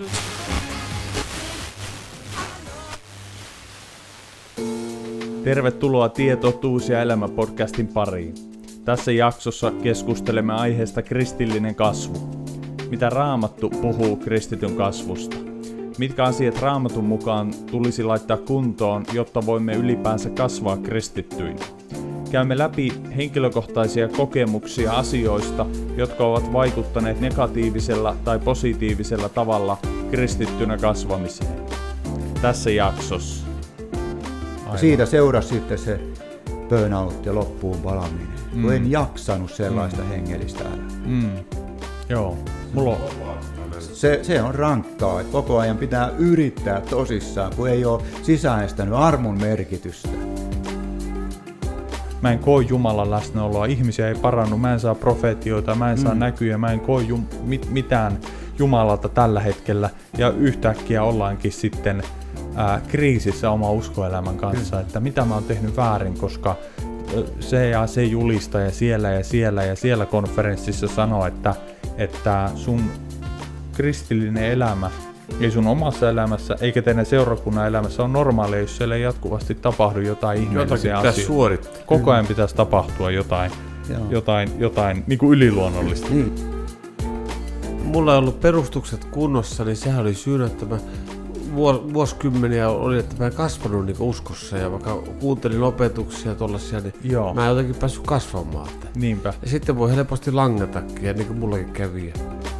Tervetuloa Tie, totuus ja elämä podcastin pariin. Tässä jaksossa keskustelemme aiheesta kristillinen kasvu. Mitä Raamattu puhuu kristityn kasvusta? Mitkä asiat Raamatun mukaan tulisi laittaa kuntoon, jotta voimme ylipäänsä kasvaa kristittyinä? Käymme läpi henkilökohtaisia kokemuksia asioista, jotka ovat vaikuttaneet negatiivisella tai positiivisella tavalla kristittynä kasvamiseen. Tässä jaksossa. Siitä seurasi sitten se burnout ja loppuun palaminen. Kun en jaksanut sellaista hengellistä elämää. Joo. Mulla on... Se on rankkaa, että koko ajan pitää yrittää tosissaan, kun ei ole sisäistänyt armon merkitystä. Mä en koe Jumalan läsnäoloa, ihmisiä ei parannu, mä en saa profeetioita, mä en saa näkyjä, mä en koe mitään Jumalalta tällä hetkellä. Ja yhtäkkiä ollaankin sitten kriisissä oma uskoelämän kanssa, että mitä mä oon tehnyt väärin, koska se ja se julistaa ja siellä konferenssissa sanoo, että sun kristillinen elämä ei sun omassa elämässä eikä teidän seurakunnan elämässä on normaalia, jos siellä ei jatkuvasti tapahdu jotain ihmeellisiä asioita. Suorittaa. Koko ajan pitäisi tapahtua jotain niin kuin yliluonnollista. Mulla ei ollut perustukset kunnossa, niin sehän oli syynä, että mä vuosikymmeniä oli, että mä en kasvanut niin uskossa ja vaikka kuuntelin opetuksia tollasia, niin mä en jotenkin päässyt kasvamaan. Niinpä. Ja sitten voi helposti langetakin, ja niin kuin mullakin kävi.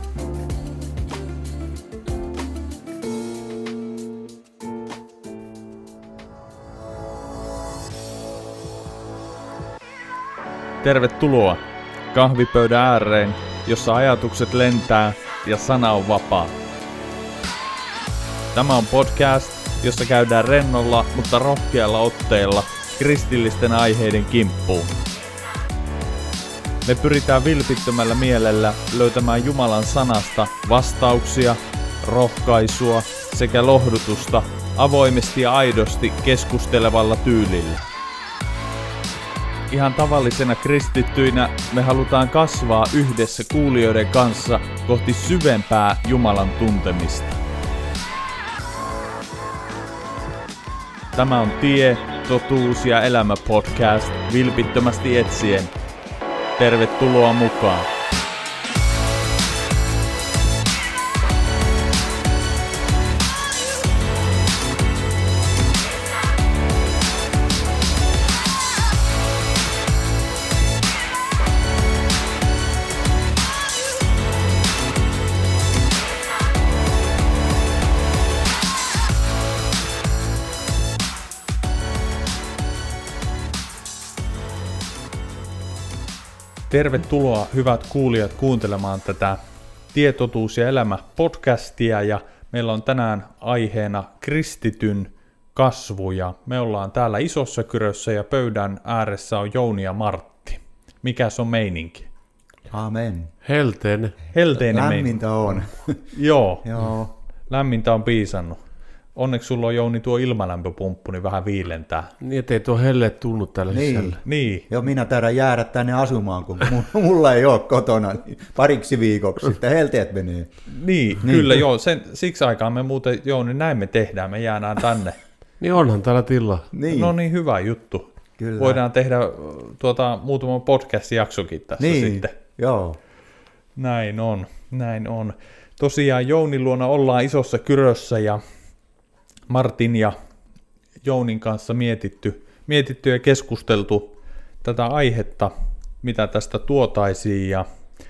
Tervetuloa kahvipöydän ääreen, jossa ajatukset lentää ja sana on vapaa. Tämä on podcast, jossa käydään rennolla, mutta rohkealla otteella kristillisten aiheiden kimppuun. Me pyritään vilpittömällä mielellä löytämään Jumalan sanasta vastauksia, rohkaisua sekä lohdutusta avoimesti ja aidosti keskustelevalla tyylillä. Ihan tavallisena kristittyinä me halutaan kasvaa yhdessä kuulijoiden kanssa kohti syvempää Jumalan tuntemista. Tämä on Tie, totuus ja elämä podcast vilpittömästi etsien. Tervetuloa mukaan! Tervetuloa hyvät kuulijat kuuntelemaan tätä Tie, totuus ja elämä podcastia ja meillä on tänään aiheena kristityn kasvu ja me ollaan täällä Isossa Kyrössä ja pöydän ääressä on Jouni ja Martti. Mikäs on meininki? Amen. Helteinen Lämmintä on. Joo. Lämmintä on piisannut. Onneksi sulla on, Jouni, tuo ilmalämpöpumppu, niin vähän viilentää. Niin, ettei tuo helleet tunnu tällä sisällä. Niin. Joo, minä täällä jäädä tänne asumaan, kun mulla ei ole kotona pariksi viikoksi, sitten helteet menee. Niin, kyllä joo. Siksi aikaa me muuten, Jouni, näin me tehdään, me jäädään tänne. Niin onhan täällä tilaa. Niin. No niin, hyvä juttu. Kyllä. Voidaan tehdä muutama podcast-jaksokin tässä sitten. Joo. Näin on. Tosiaan Jounin luona ollaan Isossa Kyrössä ja Martin ja Jounin kanssa mietitty ja keskusteltu tätä aihetta, mitä tästä tuotaisiin. Ja,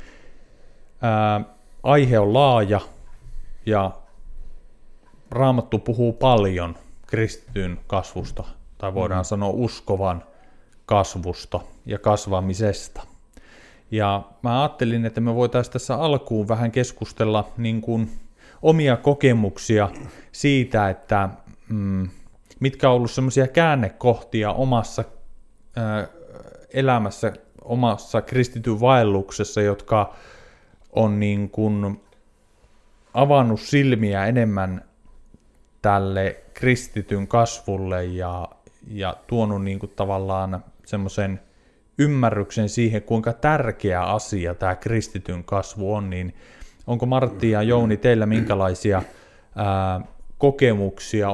aihe on laaja ja Raamattu puhuu paljon kristityn kasvusta, tai voidaan sanoa uskovan kasvusta ja kasvamisesta. Ja mä ajattelin, että me voitaisiin tässä alkuun vähän keskustella niin kuin omia kokemuksia siitä, että mitkä on ollut semmoisia käännekohtia omassa elämässä, omassa kristityn vaelluksessa, jotka on niin kuin avannut silmiä enemmän tälle kristityn kasvulle ja tuonut niin kuin tavallaan semmoisen ymmärryksen siihen, kuinka tärkeä asia tämä kristityn kasvu on, niin onko Martti ja Jouni teillä minkälaisia kokemuksia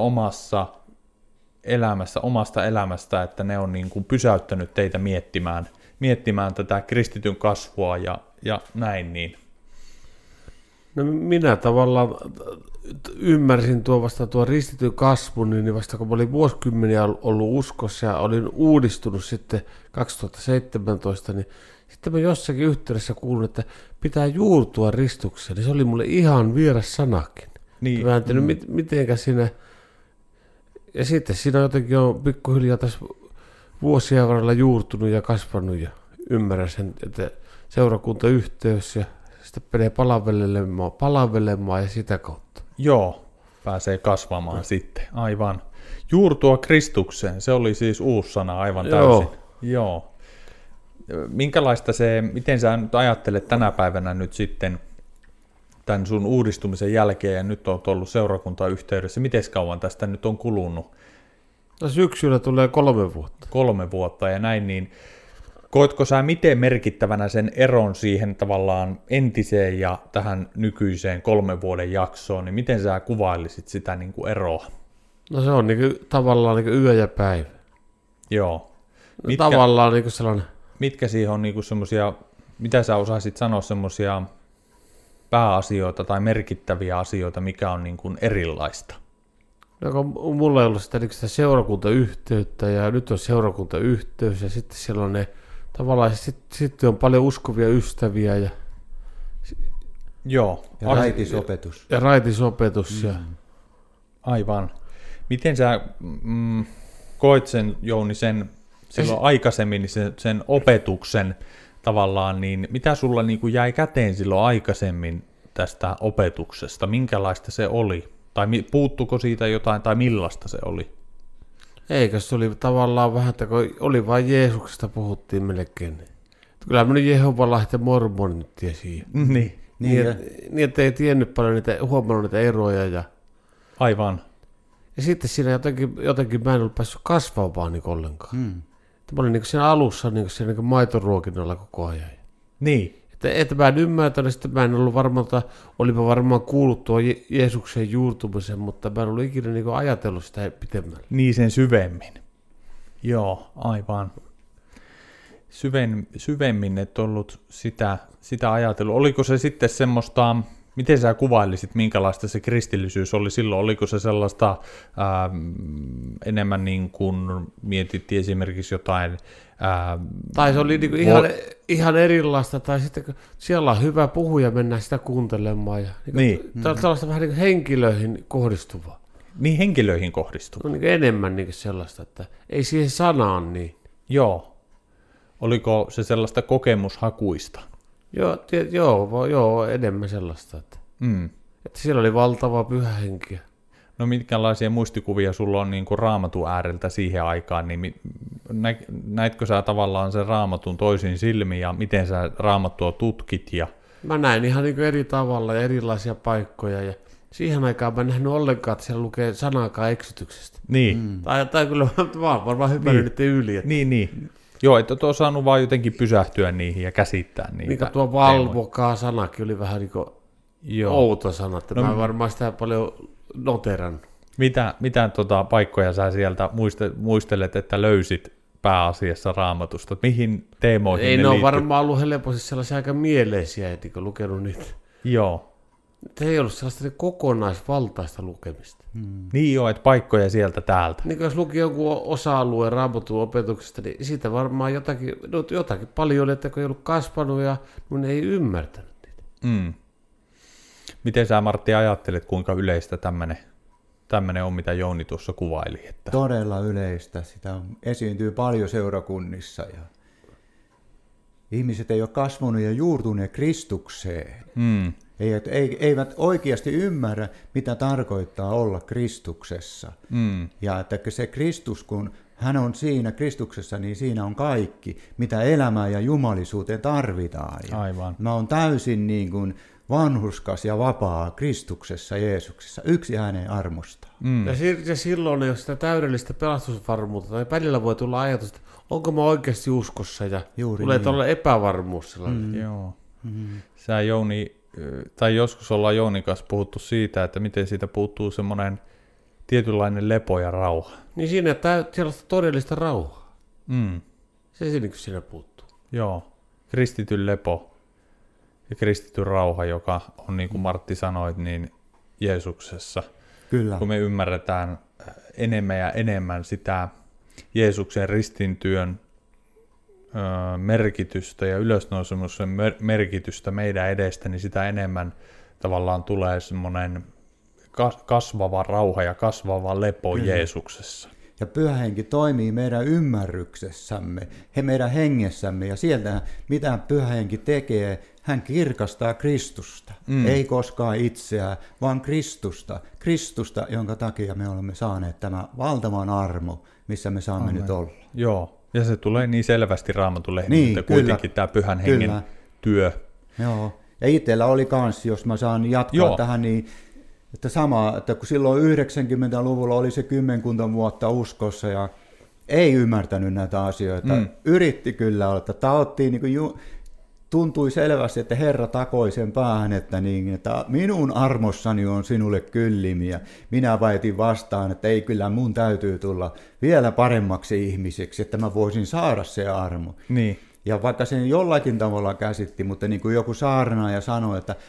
omasta elämästä, että ne on niin kuin pysäyttänyt teitä miettimään tätä kristityn kasvua ja näin niin? No minä tavallaan ymmärsin tuo ristityn kasvun, niin vasta kun mä olin vuosikymmeniä ollut uskossa ja olin uudistunut sitten 2017, niin sitten mä jossakin yhteydessä kuulin, että pitää juurtua Ristukseen, niin se oli mulle ihan vieras sanakin. Niin. Mä en tiennyt, mitenkä siinä, ja sitten siinä jotenkin on pikkuhiljaa tässä vuosien varrella juurtunut ja kasvanut ja ymmärrän sen, että seurakuntayhteys ja sitten menee palavelemaan ja sitä kautta. Joo, pääsee kasvamaan sitten, aivan. Juurtua Kristukseen, se oli siis uusi sana aivan täysin. Joo. Minkälaista miten sä nyt ajattelet tänä päivänä nyt sitten tämän sun uudistumisen jälkeen ja nyt olet ollut seurakuntayhteydessä, miten kauan tästä nyt on kulunut? No syksyllä tulee 3 vuotta. 3 vuotta ja näin, niin koetko sä miten merkittävänä sen eron siihen tavallaan entiseen ja tähän nykyiseen 3 vuoden jaksoon, niin miten sä kuvailisit sitä niin kuin eroa? No se on tavallaan niin kuin yö ja päivä. Joo. Tavallaan niin kuin sellainen. Mitkä siihen on niin kuin semmoisia, mitä sä osaisit sanoa semmoisia pääasioita tai merkittäviä asioita, mikä on niin kuin erilaista? No kun mulla ei ollut sitä seurakuntayhteyttä ja nyt on seurakuntayhteys ja sitten siellä on ne tavallaan sitten on paljon uskovia ystäviä ja joo. Ja raitisopetus. Ja raitisopetus. Ja aivan. Miten sä koit sen, Jouni, sen silloin aikaisemmin sen opetuksen tavallaan, niin mitä sulla niin kuin jäi käteen silloin aikaisemmin tästä opetuksesta? Minkälaista se oli? Tai puuttuko siitä jotain, tai millaista se oli? Eikä se oli tavallaan vähän, että kun oli vain Jeesuksesta puhuttiin melkein. Kyllä minun Jehovalaiset ja mormonit tiesi. Niin, että ei tiennyt paljon huomannut niitä eroja. Ja aivan. Ja sitten siinä jotenkin mä en ollut päässyt kasvamaan niin ollenkaan. Mä olin niin siinä alussa niin siinä niin maitoruokinnalla koko ajan. Niin. Että mä en ymmärtänyt, sitten mä en ollut olipa varmaan kuullut tuo Jeesuksen juurtumisen, mutta mä en ollut ikinä niin ajatellut sitä pitemmälle. Niin sen syvemmin. Joo, aivan. Syvemmin et ollut sitä ajatellut. Oliko se sitten semmoista, miten sä kuvailisit, minkälaista se kristillisyys oli silloin? Oliko se sellaista enemmän niin kuin mietittiin esimerkiksi jotain tai se oli niin ihan erilaista, tai sitten kun siellä on hyvä puhuja, mennään sitä kuuntelemaan. Ja tällaista vähän niin kuin henkilöihin kohdistuvaa. Niin, henkilöihin kohdistuvaa. No, niin enemmän niin sellaista, että ei siihen sanaan niin. Joo. Oliko se sellaista kokemushakuista? Joo, enemmän sellaista. Että siellä oli valtava pyhä henki. No minkälaisia muistikuvia sulla on niin kuin Raamatun ääreltä siihen aikaan, niin näitkö sä tavallaan sen Raamatun toisin silmiin ja miten sä Raamattua tutkit? Mä näin ihan niin kuin eri tavalla ja erilaisia paikkoja ja siihen aikaan mä en nähnyt ollenkaan, että siellä lukee sanaakaan eksytyksestä. Niin. Tai kyllä mä oon varmaan hypännyt niiden yli. Että niin. Joo, että oot saanut vaan jotenkin pysähtyä niihin ja käsittää niitä. Niin kuin tuo valvokaa sanakin oli vähän niin kuin outo sana, että mä en varmaan sitä paljon noteran. Mitä paikkoja sä sieltä muistelet, että löysit pääasiassa Raamatusta? Mihin teemoihin ei ne ole liittyy? varmaan ollut helposti sellaisia aika mieleisiä, etikö lukenut niitä. Joo. Ei ollut sellaista kokonaisvaltaista lukemista. Niin joo, että paikkoja sieltä täältä. Niin jos luki jonkun osa-alueen Raamatun opetuksesta, niin siitä varmaan jotakin paljon, että kun ei ollut kasvanut ja mun ei ymmärtänyt niitä. Miten sä, Martti, ajattelet, kuinka yleistä tämmöinen on, mitä Jouni tuossa kuvaili? Että todella yleistä. Sitä esiintyy paljon seurakunnissa. Ja ihmiset ei ole kasvanut ja juurtuneet Kristukseen. Eivät oikeasti ymmärrä, mitä tarkoittaa olla Kristuksessa. Ja että se Kristus, kun hän on siinä Kristuksessa, niin siinä on kaikki, mitä elämään ja jumalisuuteen tarvitaan. Ja aivan. mä oon täysin niin kuin vanhurskas ja vapaa Kristuksessa, Jeesuksessa, yksi hänen armostaan. Ja silloin ei ole sitä täydellistä pelastusvarmuutta, tai välillä voi tulla ajatus, että onko mä oikeasti uskossa, ja tulee tuolla epävarmuus sellainen. Joo. Sä, Jouni, tai joskus ollaan Jounin kanssa puhuttu siitä, että miten siitä puuttuu semmoinen tietynlainen lepo ja rauha. Niin siinä, että siellä on todellista rauhaa. Se siinä puuttuu. Joo, kristityn lepo ja kristityn rauha, joka on niin kuin Martti sanoit, niin Jeesuksessa. Kyllä. Kun me ymmärretään enemmän ja enemmän sitä Jeesuksen ristintyön merkitystä ja ylösnousemuksen merkitystä meidän edestä, niin sitä enemmän tavallaan tulee semmoinen kasvava rauha ja kasvava lepo Kyllä. Jeesuksessa. Ja Pyhä Henki toimii meidän ymmärryksessämme, meidän hengessämme, ja sieltä mitä Pyhä Henki tekee, hän kirkastaa Kristusta. Ei koskaan itseään, vaan Kristusta. Kristusta, jonka takia me olemme saaneet tämä valtavan armo, missä me saamme nyt olla. Joo, ja se tulee niin selvästi Raamatun lehdiltä, kuitenkin tämä Pyhän Hengen työ. Joo, ja itsellä oli kans, jos mä saan jatkaa tähän, niin että sama, että kun silloin 90-luvulla oli se 10 vuotta uskossa ja ei ymmärtänyt näitä asioita, yritti kyllä olla, että taottiin, niin kuin tuntui selvästi, että Herra takoi sen päähän, että minun armossani on sinulle kyllimiä. Minä väitin vastaan, että ei kyllä mun täytyy tulla vielä paremmaksi ihmiseksi, että mä voisin saada se armo. Niin. Ja vaikka sen jollakin tavalla käsitti, mutta niin kuin joku saarnaaja sanoi, että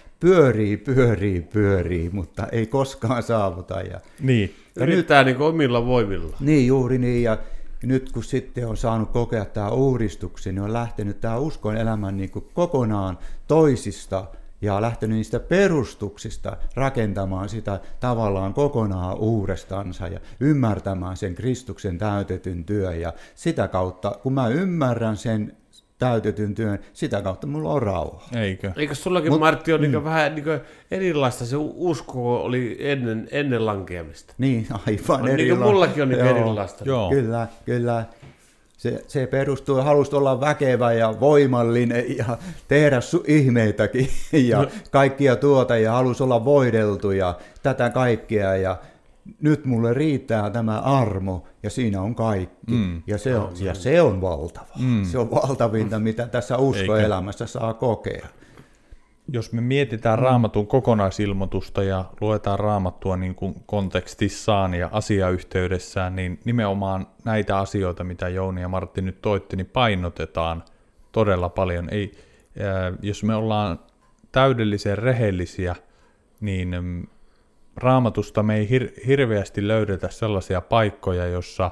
pyörii, mutta ei koskaan saavuta. Niin. Yrittää niin omilla voimilla. Niin, juuri niin. Ja nyt kun sitten on saanut kokea tämä uudistuksen, niin on lähtenyt tämä uskon elämän niin kuin kokonaan toisista ja lähtenyt niistä perustuksista rakentamaan sitä tavallaan kokonaan uudestansa ja ymmärtämään sen Kristuksen täytetyn työn. Ja sitä kautta, kun mä ymmärrän sen täytetyn työn, sitä kautta mulla on rauha. Eikö sullakin, Martti, on vähän erilaista se usko oli ennen lankeamista? Niin, aivan erilaista. Niin mullakin on erilaista. Joo. Kyllä. Se perustuu, halusi olla väkevä ja voimallinen ja tehdä ihmeitäkin ja kaikkia tuota ja halusi olla voideltu ja tätä kaikkea ja nyt mulle riittää tämä armo ja siinä on kaikki. Ja se on valtava. Se on valtavinta, mitä tässä uskoelämässä saa kokea. Jos me mietitään Raamatun kokonaisilmoitusta ja luetaan Raamattua niin kuin kontekstissaan ja asiayhteydessään, niin nimenomaan näitä asioita, mitä Jouni ja Martti nyt toitti, niin painotetaan todella paljon. Jos me ollaan täydellisen rehellisiä, niin Raamatusta me ei hirveästi löydetä sellaisia paikkoja, jossa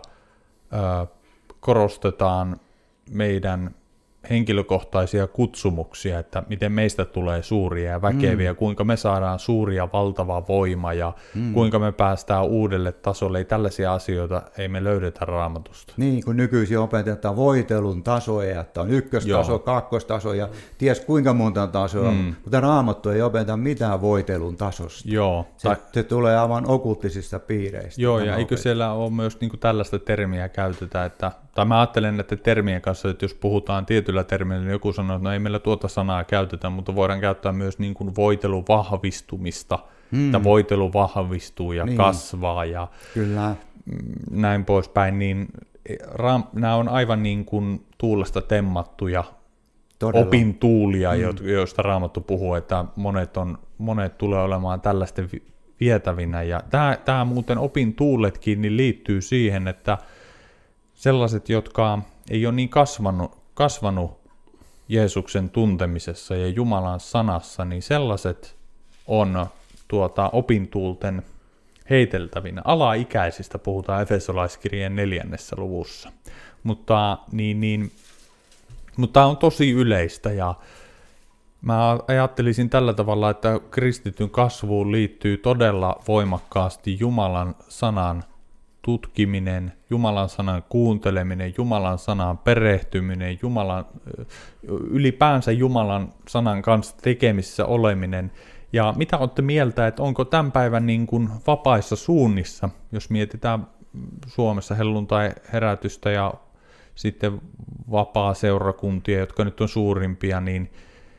korostetaan meidän henkilökohtaisia kutsumuksia, että miten meistä tulee suuria ja väkeviä, kuinka me saadaan suuria valtava voima ja kuinka me päästään uudelle tasolle. Ei tällaisia asioita ei me löydetä Raamatusta. Niin, kun nykyisin opetetaan voitelun tasoja, että on ykköstaso, kakkostaso ja ties kuinka monta tasoa, mutta Raamattu ei opeta mitään voitelun tasosta. Joo. Se tulee aivan okultisista piireistä. Joo, ja eikö siellä ole myös niin kuin tällaista termiä käytetä, tai mä ajattelen, että termien kanssa, että jos puhutaan tietyllä termillä, niin joku sanoo, että no ei meillä tuota sanaa käytetä, mutta voidaan käyttää myös niin kuin voitelun vahvistumista, että voitelu vahvistuu ja kasvaa ja Kyllä. Näin poispäin, niin nämä on aivan niin kuin tuulesta temmattuja opintuulia, joista Raamattu puhuu, että monet tulee olemaan tällaisten vietävinä, ja tämä muuten opintuuletkin niin liittyy siihen, että sellaiset, jotka ei ole niin kasvanut Jeesuksen tuntemisessa ja Jumalan sanassa, niin sellaiset on opintuulten heiteltävinä. Alaikäisistä puhutaan Efesolaiskirjeen 4. luvussa. Mutta tämä on tosi yleistä, ja mä ajattelisin tällä tavalla, että kristityn kasvuun liittyy todella voimakkaasti Jumalan sanan tutkiminen, Jumalan sanan kuunteleminen, Jumalan sanan perehtyminen, ylipäänsä Jumalan sanan kanssa tekemisissä oleminen. Ja mitä olette mieltä, että onko tämän päivän niin kuin vapaissa suunnissa, jos mietitään Suomessa helluntai-herätystä ja sitten vapaa-seurakuntia, jotka nyt on suurimpia, niin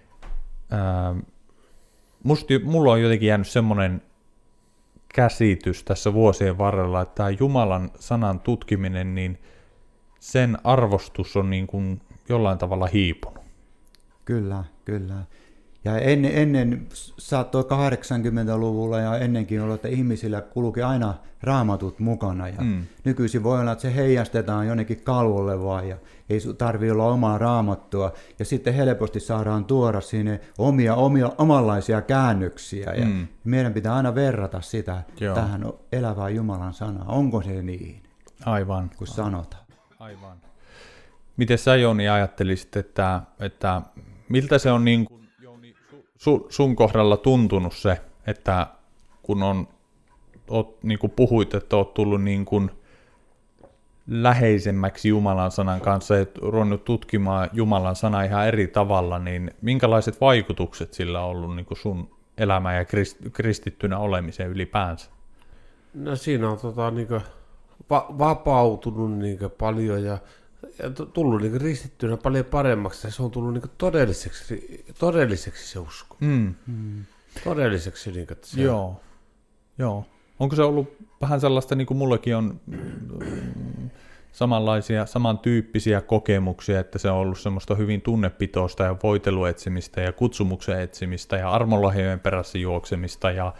mulla on jotenkin jäänyt semmoinen käsitys tässä vuosien varrella, että tämä Jumalan sanan tutkiminen, niin sen arvostus on niin kuin jollain tavalla hiipunut. Kyllä. Ja ennen saattoi 80-luvulla ja ennenkin olla, että ihmisillä kulki aina raamatut mukana. Ja nykyisin voi olla, että se heijastetaan jonnekin kalvolle vaan ja ei tarvitse olla omaa raamattua. Ja sitten helposti saadaan tuoda sinne omanlaisia käännöksiä. Ja meidän pitää aina verrata sitä tähän elävään Jumalan sanaan. Onko se niin? Aivan. Kun sanotaan. Aivan. Miten sä, Jouni, ajattelisit, että miltä se on niin kuin sun kohdalla tuntunut se, että kun niin kuin puhuit, että oot tullut niin kuin läheisemmäksi Jumalan sanan kanssa ja ruvennut tutkimaan Jumalan sanaa ihan eri tavalla, niin minkälaiset vaikutukset sillä on ollut niin kuin sun elämään ja kristittynä olemiseen ylipäänsä? No siinä on niin kuin vapautunut niin kuin paljon ja tullut niin ristittynä paljon paremmaksi, ja se on tullut niin todelliseksi se usko. Todelliseksi. Niin kuin, se Joo. Onko se ollut vähän sellaista, niin kuin mullakin on samantyyppisiä kokemuksia, että se on ollut semmoista hyvin tunnepitoista ja voiteluetsimistä ja kutsumuksen etsimistä ja armonlahjojen perässä juoksemista ja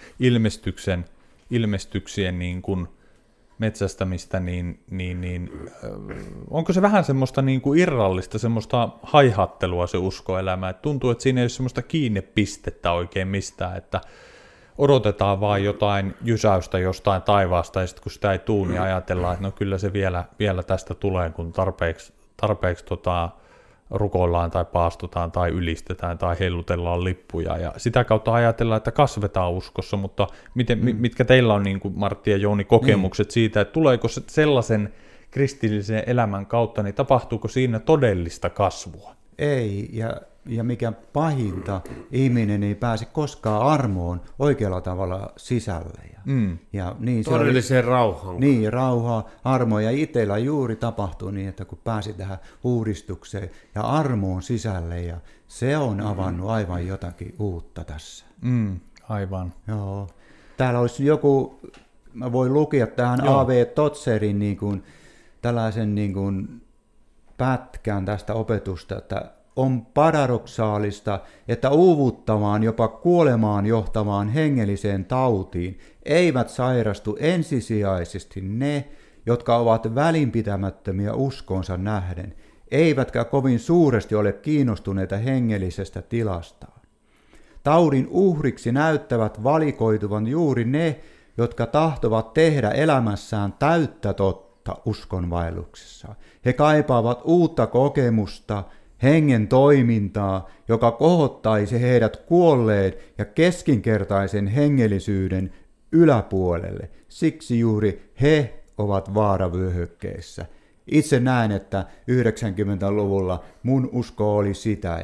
ilmestyksien niin kuin metsästämistä, niin onko se vähän semmoista niin kuin irrallista, semmoista haihattelua se uskoelämä, että tuntuu, että siinä ei ole semmoista kiinnepistettä oikein mistään, että odotetaan vaan jotain jysäystä jostain taivaasta, ja sitten kun sitä ei tule, niin ajatellaan, että no kyllä se vielä tästä tulee, kun tarpeeksi rukoillaan tai paastotaan tai ylistetään tai heilutellaan lippuja, ja sitä kautta ajatellaan, että kasvetaan uskossa, mutta mitkä teillä on, niin kuin Martti ja Jouni, kokemukset siitä, että tuleeko se sellaisen kristillisen elämän kautta, niin tapahtuuko siinä todellista kasvua? Ei, ja mikä pahinta, ihminen ei pääse koskaan armoon oikealla tavalla sisälle. Ja niin todelliseen rauhaan. Niin, rauha, armo, ja itsellä juuri tapahtui niin, että kun pääsi tähän uudistukseen ja armoon sisälle, ja se on avannut aivan jotakin uutta tässä. Aivan. Joo. Täällä olisi joku, mä voin lukea tähän A.V. Totzerin niin kuin, tällaisen niin kuin pätkän tästä opetusta, että on paradoksaalista, että uuvuttavaan, jopa kuolemaan johtavaan hengelliseen tautiin eivät sairastu ensisijaisesti ne, jotka ovat välinpitämättömiä uskonsa nähden, eivätkä kovin suuresti ole kiinnostuneita hengellisestä tilastaan. Taudin uhriksi näyttävät valikoituvan juuri ne, jotka tahtovat tehdä elämässään täyttä totta uskonvaelluksessa. He kaipaavat uutta kokemusta, hengen toimintaa, joka kohottaisi heidät kuolleen ja keskinkertaisen hengellisyyden yläpuolelle. Siksi juuri he ovat vaaravyöhykkeessä. Itse näen, että 90-luvulla mun usko oli sitä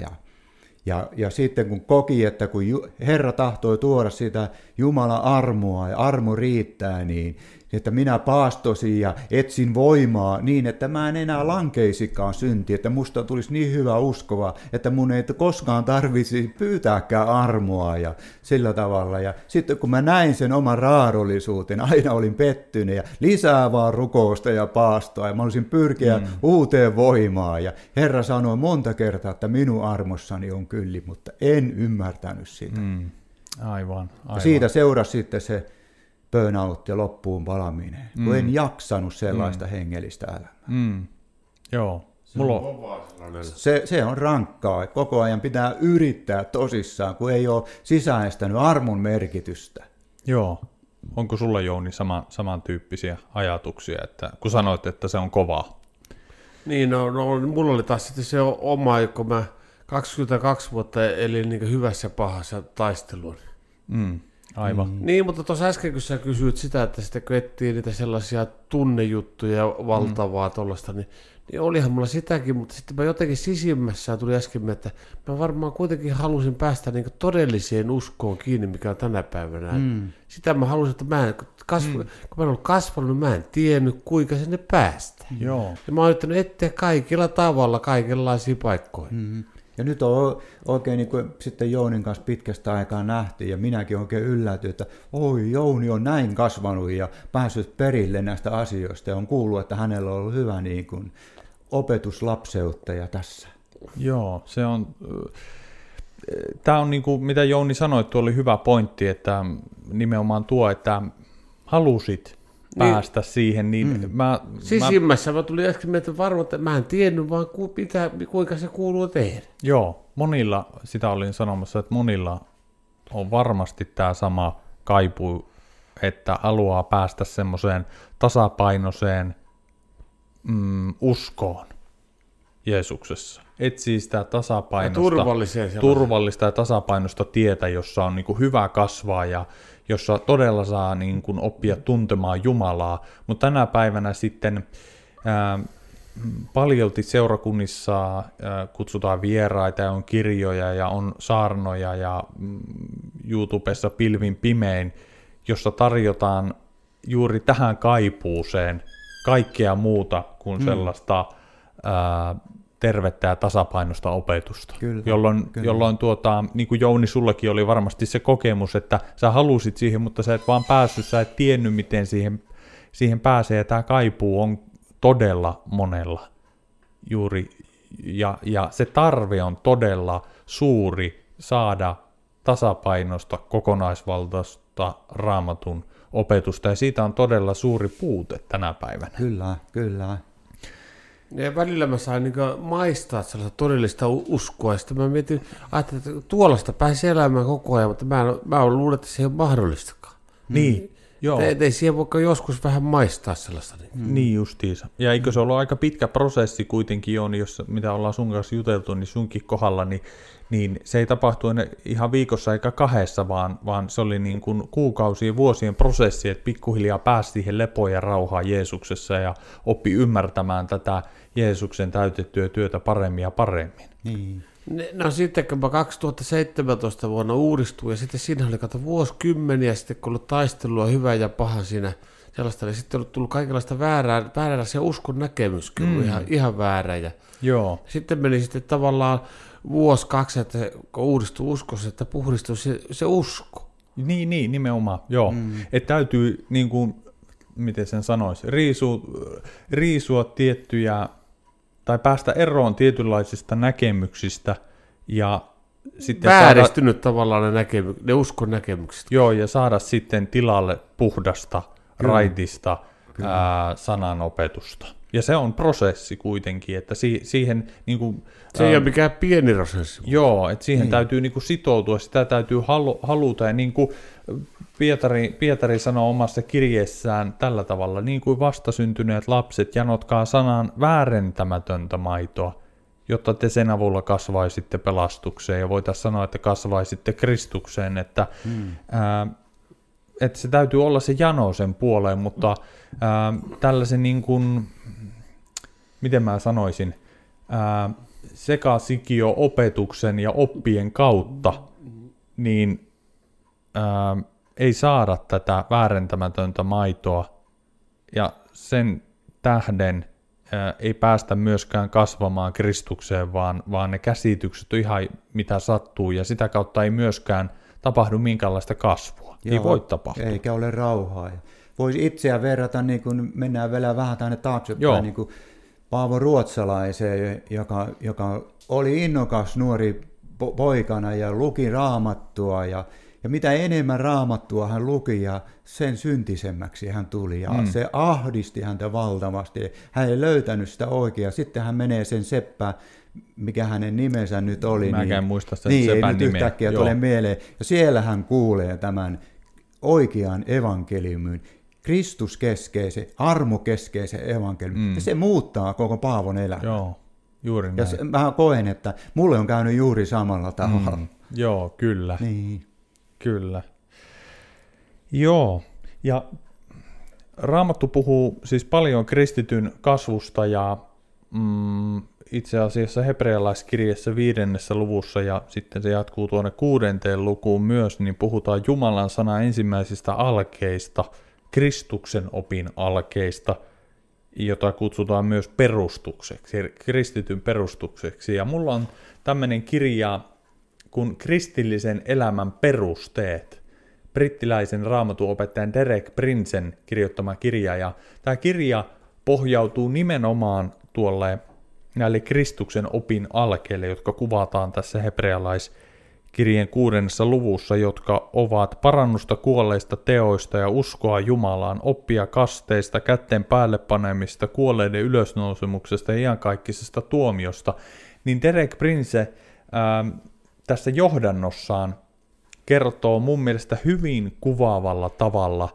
ja sitten kun koki, että kun Herra tahtoi tuoda sitä Jumalan armoa ja armo riittää, niin että minä paastosin ja etsin voimaa niin, että mä en enää lankeisikaan syntiin, että musta tulisi niin hyvä uskova, että mun ei koskaan tarvitsisi pyytääkään armoa ja sillä tavalla. Ja sitten kun mä näin sen oman raadollisuuden, aina olin pettynyt ja lisää vaan rukousta ja paastoa ja mä olisin pyrkiä uuteen voimaan. Ja Herra sanoi monta kertaa, että minun armossani on kylli, mutta en ymmärtänyt sitä. Aivan. Ja siitä seurasi sitten se burnout ja loppuun palaminen, kun en jaksanut sellaista hengellistä elämää. Joo. Se on rankkaa, että koko ajan pitää yrittää tosissaan, kun ei ole sisäistänyt armon merkitystä. Joo. Onko sulla, Jouni, samantyyppisiä ajatuksia, että kun sanoit, että se on kovaa? Niin, no mulla oli taas sitten se oma, kun mä 22 vuotta elin niin hyvässä ja pahassa taistelua. Aivan. Niin, mutta tuossa äsken, kun sä kysyit sitä, että sitten kun etsii niitä sellaisia tunnejuttuja ja valtavaa tuollaista, niin olihan mulla sitäkin, mutta sitten mä jotenkin sisimmässään tuli äsken, että mä varmaan kuitenkin halusin päästä niin todelliseen uskoon kiinni, mikä on tänä päivänä. Sitä mä halusin, että kun mä en ollut kasvanut, niin mä en tiennyt, kuinka sinne päästä. Joo. Ja mä oon yrittänyt etsiä kaikilla tavalla kaikenlaisia paikkoja. Ja nyt on oikein niin kuin sitten Jounin kanssa pitkästä aikaa nähtiin, ja minäkin oikein yllätyin, että oi, Jouni on näin kasvanut ja päässyt perille näistä asioista, ja on kuullut, että hänellä on ollut hyvä niin kuin opetuslapseuttaja tässä. Joo, se on tämä on niin kuin, mitä Jouni sanoi, tuo oli hyvä pointti, että nimenomaan tuo, että halusit päästä siihen, niin Sisimmässä mä tulin äsken mieltä varmaan, että mä en tiennyt vaan kuinka se kuuluu tehdä. Joo, monilla, sitä olin sanomassa, että monilla on varmasti tämä sama kaipuu, että haluaa päästä semmoiseen tasapainoiseen uskoon Jeesuksessa. Etsii sitä turvallista ja tasapainoista tietä, jossa on niin kuin hyvä kasvaa ja jossa todella saa niin kuin oppia tuntemaan Jumalaa. Mutta tänä päivänä sitten paljolti seurakunnissa kutsutaan vieraita ja on kirjoja ja on saarnoja ja YouTubessa pilvin pimein, jossa tarjotaan juuri tähän kaipuuseen kaikkea muuta kuin sellaista tervettä ja tasapainoista opetusta. Kyllä. Jolloin niin kuin Jouni, sullakin oli varmasti se kokemus, että sä halusit siihen, mutta sä et vaan päässyt, sä et tiennyt, miten siihen pääsee, ja tämä kaipuu on todella monella juuri, ja se tarve on todella suuri saada tasapainosta, kokonaisvaltaista Raamatun opetusta, ja siitä on todella suuri puute tänä päivänä. Kyllä. Ja välillä mä sain niin maistaa sellaista todellista uskoa, ja sitten mä ajattelin, että tuollaista pääsi elämään koko ajan, mutta mä luulen, että se ei ole mahdollistakaan. Niin, joo. Ei siihen voi joskus vähän maistaa sellaista. Niin justiinsa. Ja eikö se ollut aika pitkä prosessi kuitenkin, Jouni, mitä ollaan sun kanssa juteltu, niin sunkin kohdalla, niin se ei tapahtu ihan viikossa eikä kahdessa, vaan se oli niin kuin kuukausien, vuosien prosessi, että pikkuhiljaa pääsi siihen lepoon ja rauhaan Jeesuksessa ja oppi ymmärtämään tätä Jeesuksen täytettyä työtä paremmin ja paremmin. Niin. No sitten kun mä 2017 vuonna uudistuin, ja sitten siinä oli vuosikymmeniä sitten, kun ollut taistelua hyvää ja paha siinä sellaista, niin sitten on tullut kaikenlaista vääränlaisia uskon näkemyskin, ihan väärä. Ja sitten meni sitten tavallaan vuosi, kaksi, että kun uudistui uskossa, että puhdistui se usko. Niin, nimenomaan, joo. Että täytyy, niin kuin, miten sen sanoisi, riisua tiettyjä, tai päästä eroon tietynlaisista näkemyksistä, ja sitten vääristynyt tavallaan ne uskon näkemykset. Joo, ja saada sitten tilalle puhdasta, raitista sananopetusta. Ja se on prosessi kuitenkin, että siihen niin kuin, se ei ole mikään pieni prosessi. Joo, että siihen täytyy niin kuin sitoutua, sitä täytyy haluta, ja niin kuin Pietari sanoo omassa kirjeessään tällä tavalla, niin kuin vastasyntyneet lapset, janotkaa sanan väärentämätöntä maitoa, jotta te sen avulla kasvaisitte pelastukseen, ja voitaisiin sanoa, että kasvaisitte Kristukseen, että se täytyy olla se jano sen puoleen, mutta tällaisen niin kuin, miten mä sanoisin, sekasikio opetuksen ja oppien kautta, niin ei saada tätä väärentämätöntä maitoa, ja sen tähden ei päästä myöskään kasvamaan Kristukseen, vaan ne käsitykset on ihan mitä sattuu, ja sitä kautta ei myöskään tapahdu minkäänlaista kasvua. Ei voi tapahtua. Eikä ole rauhaa. Voisi itseä verrata, niin kuin mennään vielä vähän tänne taaksepäin, niin kuin Paavo Ruotsalaiseen, joka oli innokas nuori poikana ja luki Raamattua, ja mitä enemmän Raamattua hän luki, ja sen syntisemmäksi hän tuli, ja se ahdisti häntä valtavasti. Hän ei löytänyt sitä oikeaa. Sitten hän menee sen seppään, mikä hänen nimensä nyt oli. Mä en muista sen niin sepän ei nyt yhtäkkiä tule mieleen. Ja siellä hän kuulee tämän oikean evankeliumin, Kristuskeskeisen, armokeskeisen evankeliumin. Ja se muuttaa koko Paavon elämän. Joo, juuri näin. Ja mä koen, että mulle on käynyt juuri samalla tavalla. Joo, kyllä. Niin. Kyllä. Joo, ja Raamattu puhuu siis paljon kristityn kasvusta, ja itse asiassa hebrealaiskirjassa 5. luvussa, ja sitten se jatkuu tuonne 6. lukuun myös, niin puhutaan Jumalan sana ensimmäisistä alkeista, Kristuksen opin alkeista, jota kutsutaan myös perustukseksi, kristityn perustukseksi. Ja mulla on tämmöinen kirja kuin Kristillisen elämän perusteet, brittiläisen raamatuopettajan Derek Princen kirjoittama kirja, ja tämä kirja pohjautuu nimenomaan näille Kristuksen opin alkeille, jotka kuvataan tässä hebrealaiskirjassa kirjeen 6. luvussa, jotka ovat parannusta kuolleista teoista ja uskoa Jumalaan, oppia kasteista, kätten päälle panemista, kuolleiden ylösnousemuksesta ja iankaikkisesta tuomiosta, niin Derek Prince tässä johdannossaan kertoo mun mielestä hyvin kuvaavalla tavalla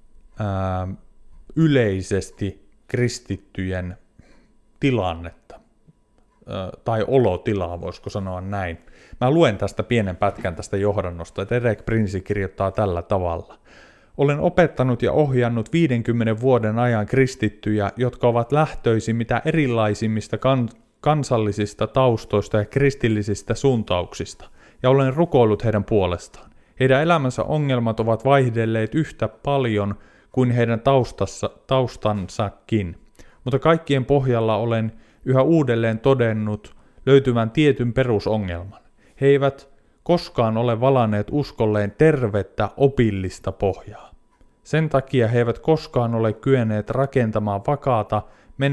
yleisesti kristittyjen tilannetta, tai olotilaa, voisiko sanoa näin. Mä luen tästä pienen pätkän tästä johdannosta. Derek Prince kirjoittaa tällä tavalla. Olen opettanut ja ohjannut 50 vuoden ajan kristittyjä, jotka ovat lähtöisin mitä erilaisimmista kansallisista taustoista ja kristillisistä suuntauksista, ja olen rukoillut heidän puolestaan. Heidän elämänsä ongelmat ovat vaihdelleet yhtä paljon kuin heidän taustansakin, mutta kaikkien pohjalla olen yhä uudelleen todennut löytyvän tietyn perusongelman. He eivät koskaan ole valanneet uskolleen tervettä opillista pohjaa. Sen takia he eivät koskaan ole kyenneet rakentamaan vakaata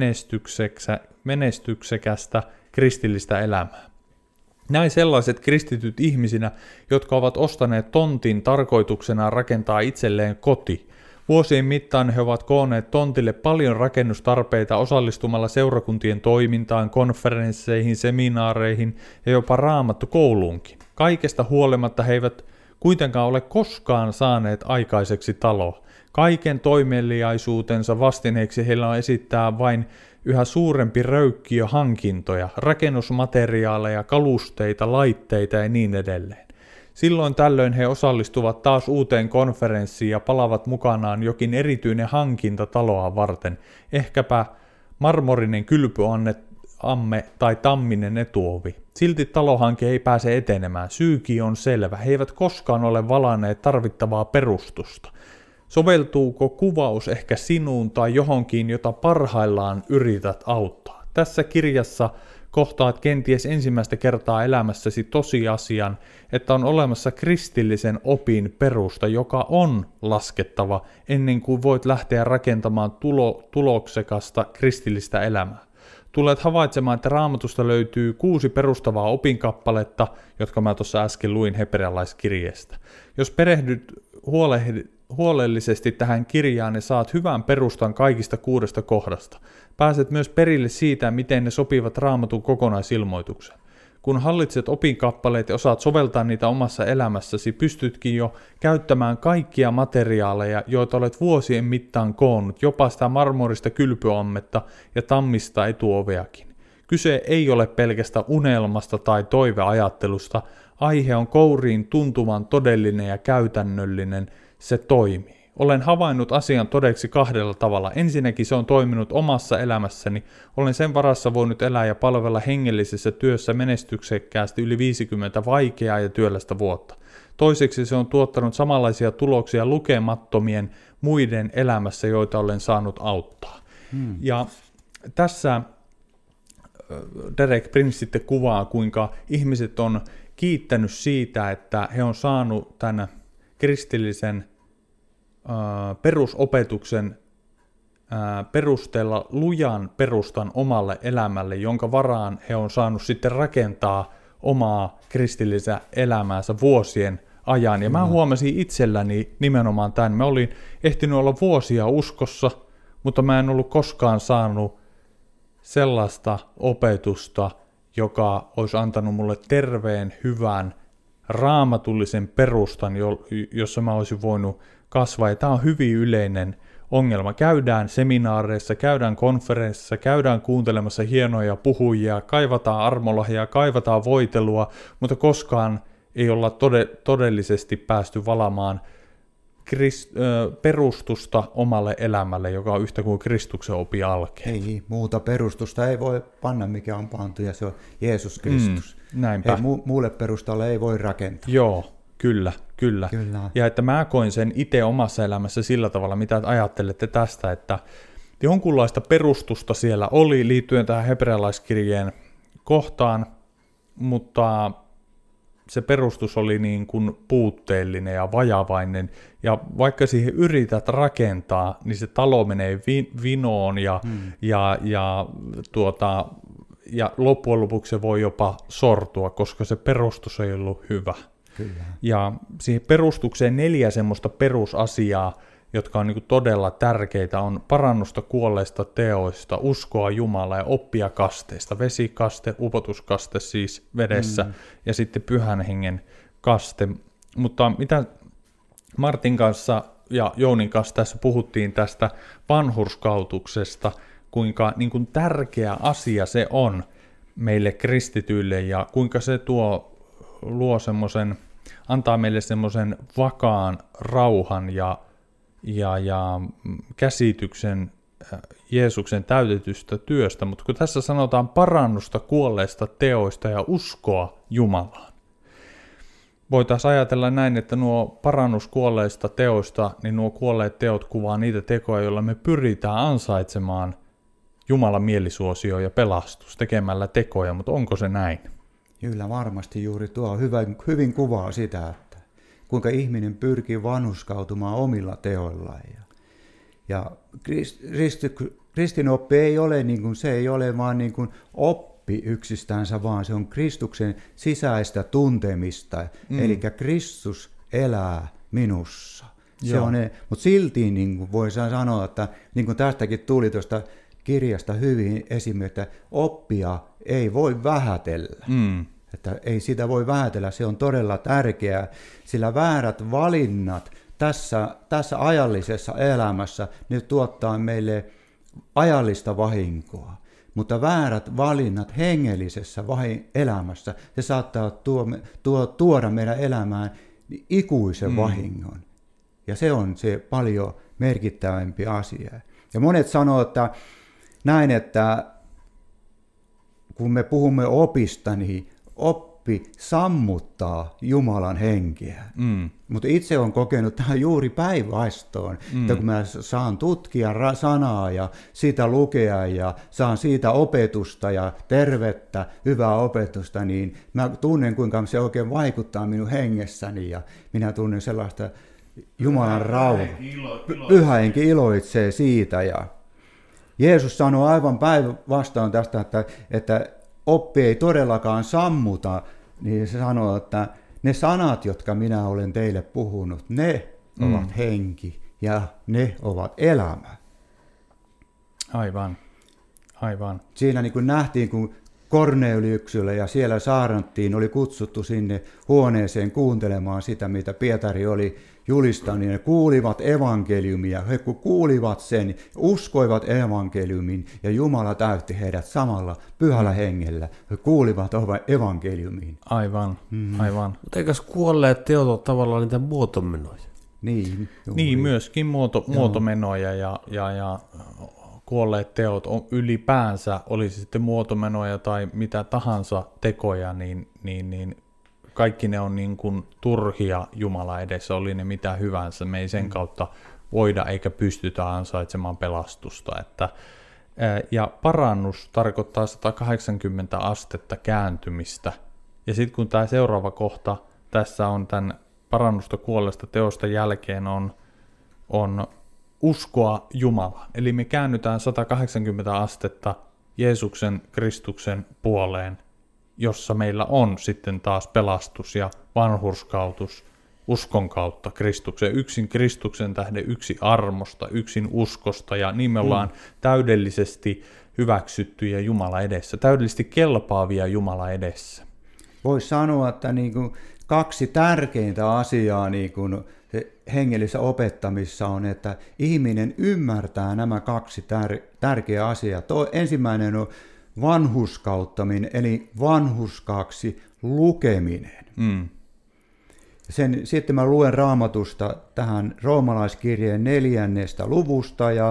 menestyksekästä kristillistä elämää. Näin sellaiset kristityt ihmisinä, jotka ovat ostaneet tontin tarkoituksena rakentaa itselleen koti. Vuosien mittaan he ovat koonneet tontille paljon rakennustarpeita osallistumalla seurakuntien toimintaan, konferensseihin, seminaareihin ja jopa raamattukouluunkin. Kaikesta huolimatta he eivät kuitenkaan ole koskaan saaneet aikaiseksi taloa. Kaiken toimeliaisuutensa vastineeksi heillä on esittää vain yhä suurempi röykkiö hankintoja, rakennusmateriaaleja, kalusteita, laitteita ja niin edelleen. Silloin tällöin he osallistuvat taas uuteen konferenssiin ja palavat mukanaan jokin erityinen hankinta taloa varten, ehkäpä marmorinen kylpyamme tai tamminen etuovi. Silti talohanke ei pääse etenemään. Syykin on selvä. He eivät koskaan ole valanneet tarvittavaa perustusta. Soveltuuko kuvaus ehkä sinuun tai johonkin, jota parhaillaan yrität auttaa? Tässä kirjassa kohtaat kenties ensimmäistä kertaa elämässäsi tosiasian, että on olemassa kristillisen opin perusta, joka on laskettava ennen kuin voit lähteä rakentamaan tuloksekasta kristillistä elämää. Tulet havaitsemaan, että Raamatusta löytyy 6 perustavaa opinkappaletta, jotka mä tuossa äsken luin hebrealaiskirjeestä. Jos perehdyt huolellisesti tähän kirjaan, niin saat hyvän perustan kaikista 6 kohdasta. Pääset myös perille siitä, miten ne sopivat Raamatun kokonaisilmoitukseen. Kun hallitset opinkappaleet ja osaat soveltaa niitä omassa elämässäsi, pystytkin jo käyttämään kaikkia materiaaleja, joita olet vuosien mittaan koonnut, jopa sitä marmorista kylpyammetta ja tammista etuoveakin. Kyse ei ole pelkästä unelmasta tai toiveajattelusta, aihe on kouriin tuntuvan todellinen ja käytännöllinen, se toimii. Olen havainnut asian todeksi 2 tavalla. Ensinnäkin se on toiminut omassa elämässäni. Olen sen varassa voinut elää ja palvella hengellisessä työssä menestyksekkäästi yli 50 vaikeaa ja työlästä vuotta. Toiseksi se on tuottanut samanlaisia tuloksia lukemattomien muiden elämässä, joita olen saanut auttaa. Ja tässä Derek Prince sitten kuvaa, kuinka ihmiset on kiittänyt siitä, että he on saanut tämän kristillisen perusopetuksen perusteella lujan perustan omalle elämälle, jonka varaan he on saanut sitten rakentaa omaa kristillistä elämäänsä vuosien ajan. Ja mä huomasin itselläni nimenomaan tämän. Mä olin ehtinyt olla vuosia uskossa, mutta mä en ollut koskaan saanut sellaista opetusta, joka olisi antanut mulle terveen, hyvän, raamatullisen perustan, jossa mä olisin voinut kasvaa. Ja tämä on hyvin yleinen ongelma. Käydään seminaareissa, käydään konferenssissa, käydään kuuntelemassa hienoja puhujia, kaivataan armolahjaa, kaivataan voitelua, mutta koskaan ei olla todellisesti päästy valamaan perustusta omalle elämälle, joka on yhtä kuin Kristuksen opi alkeen. Ei, muuta perustusta ei voi panna, mikä on pantu, ja se on Jeesus Kristus. Näinpä. Ei, muulle perustalle ei voi rakentaa. Joo, kyllä. Ja että mä koin sen itse omassa elämässä sillä tavalla, mitä ajattelette tästä, että jonkunlaista perustusta siellä oli liittyen tähän hebrealaiskirjeen kohtaan, mutta se perustus oli niin kuin puutteellinen ja vajavainen, ja vaikka siihen yrität rakentaa, niin se talo menee vinoon, ja loppujen lopuksi se voi jopa sortua, koska se perustus ei ollut hyvä. Kyllä. Ja siihen perustukseen 4 semmoista perusasiaa, jotka on niin kuin todella tärkeitä, on parannusta kuolleista teoista, uskoa Jumalaa ja oppia kasteista. Vesikaste, upotuskaste siis vedessä ja sitten Pyhän Hengen kaste. Mutta mitä Martin kanssa ja Jounin kanssa tässä puhuttiin tästä vanhurskautuksesta, kuinka niin kuin tärkeä asia se on meille kristityille ja kuinka se luo antaa meille semmoisen vakaan rauhan ja käsityksen Jeesuksen täytetystä työstä, mutta kun tässä sanotaan parannusta kuolleista teoista ja uskoa Jumalaan, voitaisiin ajatella näin, että nuo parannus kuolleista teoista, niin nuo kuolleet teot kuvaa niitä tekoja, joilla me pyritään ansaitsemaan Jumalan mielisuosio ja pelastus tekemällä tekoja, mutta onko se näin? Kyllä varmasti juuri tuo hyvin kuvaa sitä, että kuinka ihminen pyrkii vanhurskautumaan omilla teoillaan. Ja kristinoppi ei ole, se ei ole vaan oppi yksistänsä, vaan se on Kristuksen sisäistä tuntemista. Eli Kristus elää minussa. Mutta silti voi sanoa, että niin kuin tästäkin tuli tuosta kirjasta hyvin esimerkiksi, että oppia ei voi vähätellä. Että ei sitä voi vähätellä, se on todella tärkeää, sillä väärät valinnat tässä ajallisessa elämässä, ne tuottaa meille ajallista vahinkoa. Mutta väärät valinnat hengellisessä elämässä, se saattaa tuoda meidän elämään ikuisen vahingon. Ja se on se paljon merkittävämpi asia. Ja monet sanoo, että näin, että kun me puhumme opista, niin oppi sammuttaa Jumalan henkeä. Mutta itse olen kokenut tähän juuri päinvastoin, että kun mä saan tutkia sanaa ja siitä lukea ja saan siitä opetusta ja tervettä, hyvää opetusta, niin mä tunnen, kuinka se oikein vaikuttaa minun hengessäni ja minä tunnen sellaista Jumalan rauhaa. Pyhä henki iloitsee siitä. Ja Jeesus sanoi aivan päinvastoin tästä, että oppi ei todellakaan sammuta, niin se sanoo, että ne sanat, jotka minä olen teille puhunut, ne ovat henki ja ne ovat elämä. Aivan. Siinä niin kuin nähtiin, kun Korneliukselle ja siellä saarnattiin, oli kutsuttu sinne huoneeseen kuuntelemaan sitä, mitä Pietari oli julistanut, niin ne kuulivat evankeliumia. He kun kuulivat sen, uskoivat evankeliumin ja Jumala täytti heidät samalla pyhällä hengellä. He kuulivat evankeliumiin. Aivan. Mutta eikös kuolleet teot ole tavallaan niitä muotomenoja? Niin, myöskin muotomenoja ja kuolleet teot ylipäänsä, olisi sitten muotomenoja tai mitä tahansa tekoja, niin kaikki ne on niin kuin turhia Jumala edessä, oli ne mitä hyvänsä. Me ei sen kautta voida eikä pystytä ansaitsemaan pelastusta. Ja parannus tarkoittaa 180 astetta kääntymistä. Ja sitten kun tämä seuraava kohta tässä on tämän parannusta kuolleesta teosta jälkeen on uskoa Jumalaa. Eli me käännytään 180 astetta Jeesuksen Kristuksen puoleen, jossa meillä on sitten taas pelastus ja vanhurskautus uskon kautta Kristuksen. Yksin Kristuksen tähden, yksi armosta, yksin uskosta ja niin me ollaan täydellisesti hyväksyttyjä Jumala edessä, täydellisesti kelpaavia Jumala edessä. Voisi sanoa, että niin kuin 2 tärkeintä asiaa niin kuin hengellisessä opettamissa on, että ihminen ymmärtää nämä 2 tärkeää asiaa. Ensimmäinen on vanhurskauttaminen, eli vanhurskaaksi lukeminen. Sitten mä luen Raamatusta tähän Roomalaiskirjeen 4. luvusta ja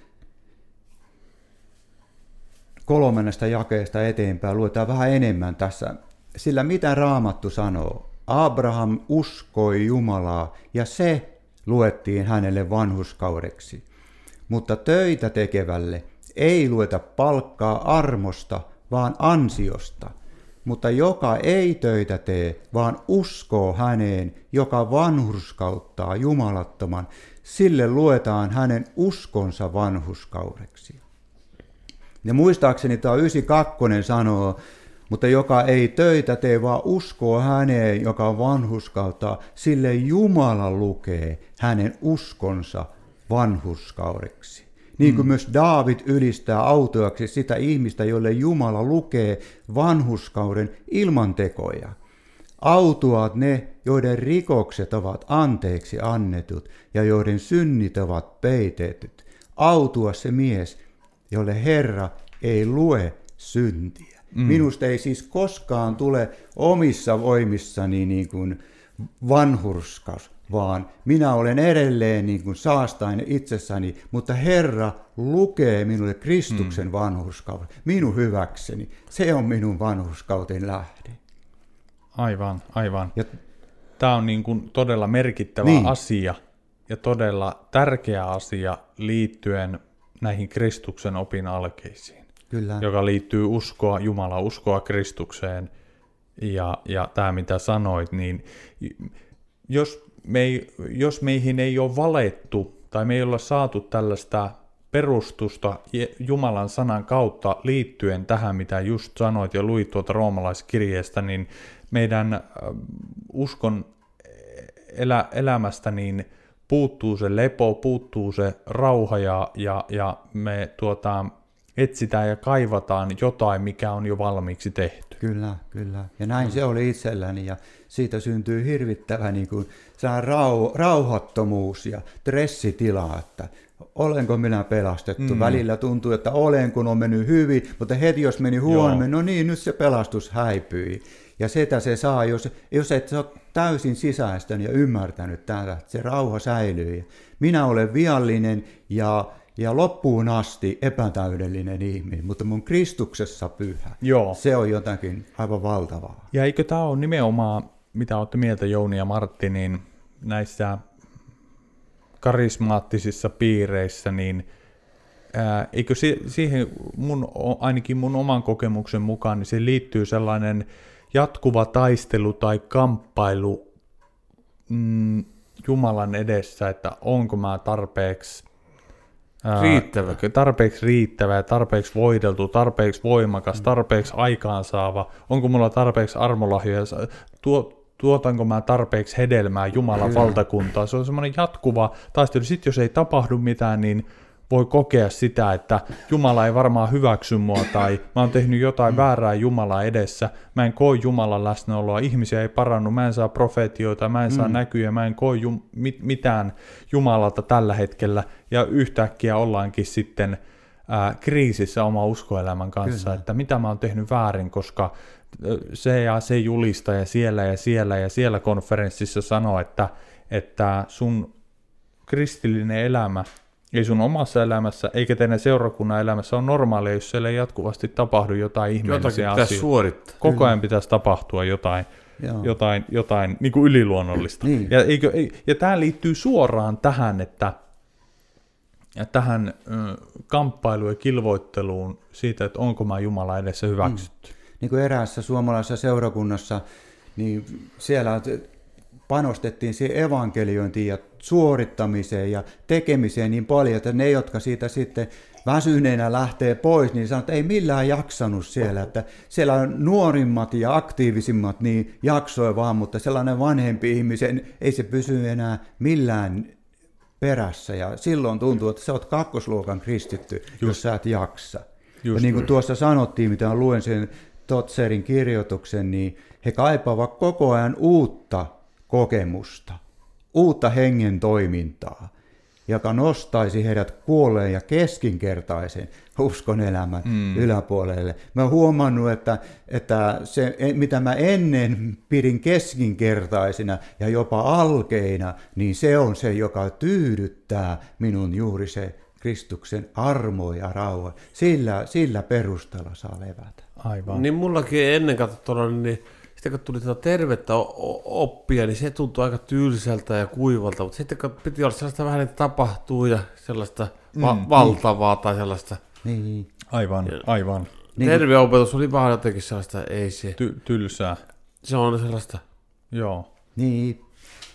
3. jakeesta eteenpäin. Luetaan vähän enemmän tässä. Sillä mitä Raamattu sanoo? Abraham uskoi Jumalaa ja se luettiin hänelle vanhurskaudeksi. Mutta töitä tekevälle ei lueta palkkaa armosta, vaan ansiosta. Mutta joka ei töitä tee, vaan uskoo häneen, joka vanhurskauttaa jumalattoman, sille luetaan hänen uskonsa vanhurskaudeksi. Ja muistaakseni tämä 92 sanoo, mutta joka ei töitä tee, vaan uskoo häneen, joka on vanhurskautta, sille Jumala lukee hänen uskonsa vanhurskaudeksi. Niin kuin myös Daavid ylistää autuaksi sitä ihmistä, jolle Jumala lukee vanhurskauden ilman tekoja. Autuaat ne, joiden rikokset ovat anteeksi annetut ja joiden synnit ovat peitetyt. Autua se mies, jolle Herra ei lue syntiä. Minusta ei siis koskaan tule omissa voimissani niin kuin vanhurskaus, vaan minä olen edelleen niin kuin saastainen itsessäni, mutta Herra lukee minulle Kristuksen vanhurskauden, minun hyväkseni. Se on minun vanhurskauteni lähde. Aivan. Tämä on niin kuin todella merkittävä asia ja todella tärkeä asia liittyen näihin Kristuksen opin alkeisiin. Kyllä. Joka liittyy uskoa Kristukseen ja tämä mitä sanoit, niin jos meihin ei ole valettu tai me ei olla saatu tällaista perustusta Jumalan sanan kautta liittyen tähän, mitä just sanoit ja luit tuolta roomalaiskirjeestä, niin meidän uskon elämästä niin puuttuu se lepo, puuttuu se rauha ja me etsitään ja kaivataan jotain, mikä on jo valmiiksi tehty. Kyllä. Ja näin se oli itselläni ja siitä syntyy hirvittävä niin kuin rauhattomuus ja stressitila, että olenko minä pelastettu. Välillä tuntuu, että olen, kun on mennyt hyvin, mutta heti jos meni huonommin, no niin, nyt se pelastus häipyi. Ja sitä se saa, jos et ole täysin sisäistänyt ja ymmärtänyt tätä, että se rauha säilyy. Minä olen viallinen ja loppuun asti epätäydellinen ihminen, mutta mun Kristuksessa pyhä. Joo. Se on jotakin aivan valtavaa. Ja eikö tämä ole nimenomaan, mitä olette mieltä Jouni ja Martti, niin näissä karismaattisissa piireissä, niin eikö siihen ainakin mun oman kokemuksen mukaan, niin se liittyy sellainen jatkuva taistelu tai kamppailu Jumalan edessä, että onko mä tarpeeksi riittävä ja tarpeeksi voideltu, tarpeeksi voimakas, tarpeeksi aikaansaava, onko mulla tarpeeksi armolahjoja, tuotanko mä tarpeeksi hedelmää Jumalan valtakuntaa. Se on semmoinen jatkuva taistelu. Sitten jos ei tapahdu mitään, niin voi kokea sitä, että Jumala ei varmaan hyväksy mua tai mä oon tehnyt jotain väärää Jumalan edessä, mä en koe Jumalan läsnäoloa, ihmisiä ei parannu, mä en saa profeetioita, mä en saa näkyjä, mä en koe mitään Jumalalta tällä hetkellä ja yhtäkkiä ollaankin sitten kriisissä oma uskoelämän kanssa, Kyllä. että mitä mä oon tehnyt väärin, koska se ja se julistaja ja siellä konferenssissa sanoo, että sun kristillinen elämä ei sun omassa elämässä, eikä teidän seurakunnan elämässä on normaalia, jos siellä ei jatkuvasti tapahdu jotain ihmeellisiä asioita. Suorittaa. Koko ajan pitäisi tapahtua jotain niin kuin yliluonnollista. Niin. Ja tämä liittyy suoraan tähän, tähän kamppailuun ja kilvoitteluun siitä, että onko mä Jumala edessä hyväksytty. Niin kuin eräässä suomalaisessa seurakunnassa, niin siellä panostettiin siihen evankeliointiin ja suorittamiseen ja tekemiseen niin paljon, että ne, jotka siitä sitten väsyneenä lähtee pois, niin sanoo, että ei millään jaksanut siellä, että siellä on nuorimmat ja aktiivisimmat niin jaksoi vaan, mutta sellainen vanhempi ihmisen ei se pysy enää millään perässä ja silloin tuntuu, että sä oot kakkosluokan kristitty, jos sä et jaksa. Ja niin kuin tuossa sanottiin, mitä luen sen Totzerin kirjoituksen, niin he kaipaavat koko ajan uutta kokemusta, uutta hengen toimintaa, joka nostaisi heidät kuolleen ja keskinkertaisen uskon elämän yläpuolelle. Mä oon huomannut, että se, mitä mä ennen pidin keskinkertaisina ja jopa alkeina, niin se on se, joka tyydyttää minun juuri se Kristuksen armo ja rauha. Sillä perusteella saa levätä. Aivan. Niin mullakin ennen katsottuna, niin sitten kun tuli tervettä oppia, niin se tuntui aika tylsältä ja kuivalta, mutta sitten kun piti olla sellaista vähän, että tapahtuu ja sellaista valtavaa tai sellaista. Niin. Aivan. Terve opetus oli vaan jotenkin sellaista, ei se. Tylsää. Se on sellaista. Joo. Niin.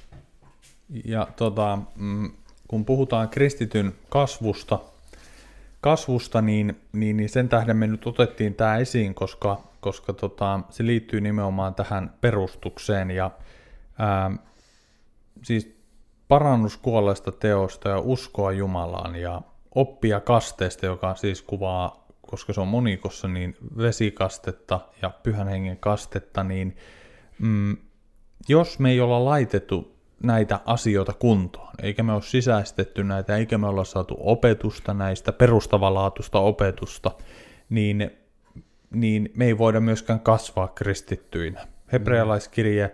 Ja kun puhutaan kristityn kasvusta, kasvusta, niin sen tähden me nyt otettiin tämä esiin, koska se liittyy nimenomaan tähän perustukseen ja siis parannus kuolleesta teosta ja uskoa Jumalaan ja oppia kasteesta, joka siis kuvaa, koska se on monikossa, niin vesikastetta ja Pyhän Hengen kastetta, niin jos me ei olla laitettu näitä asioita kuntoon, eikä me ole sisäistetty näitä, eikä me olla saatu opetusta näistä, perustavanlaatuista opetusta, niin me ei voida myöskään kasvaa kristittyinä. Hebrealaiskirje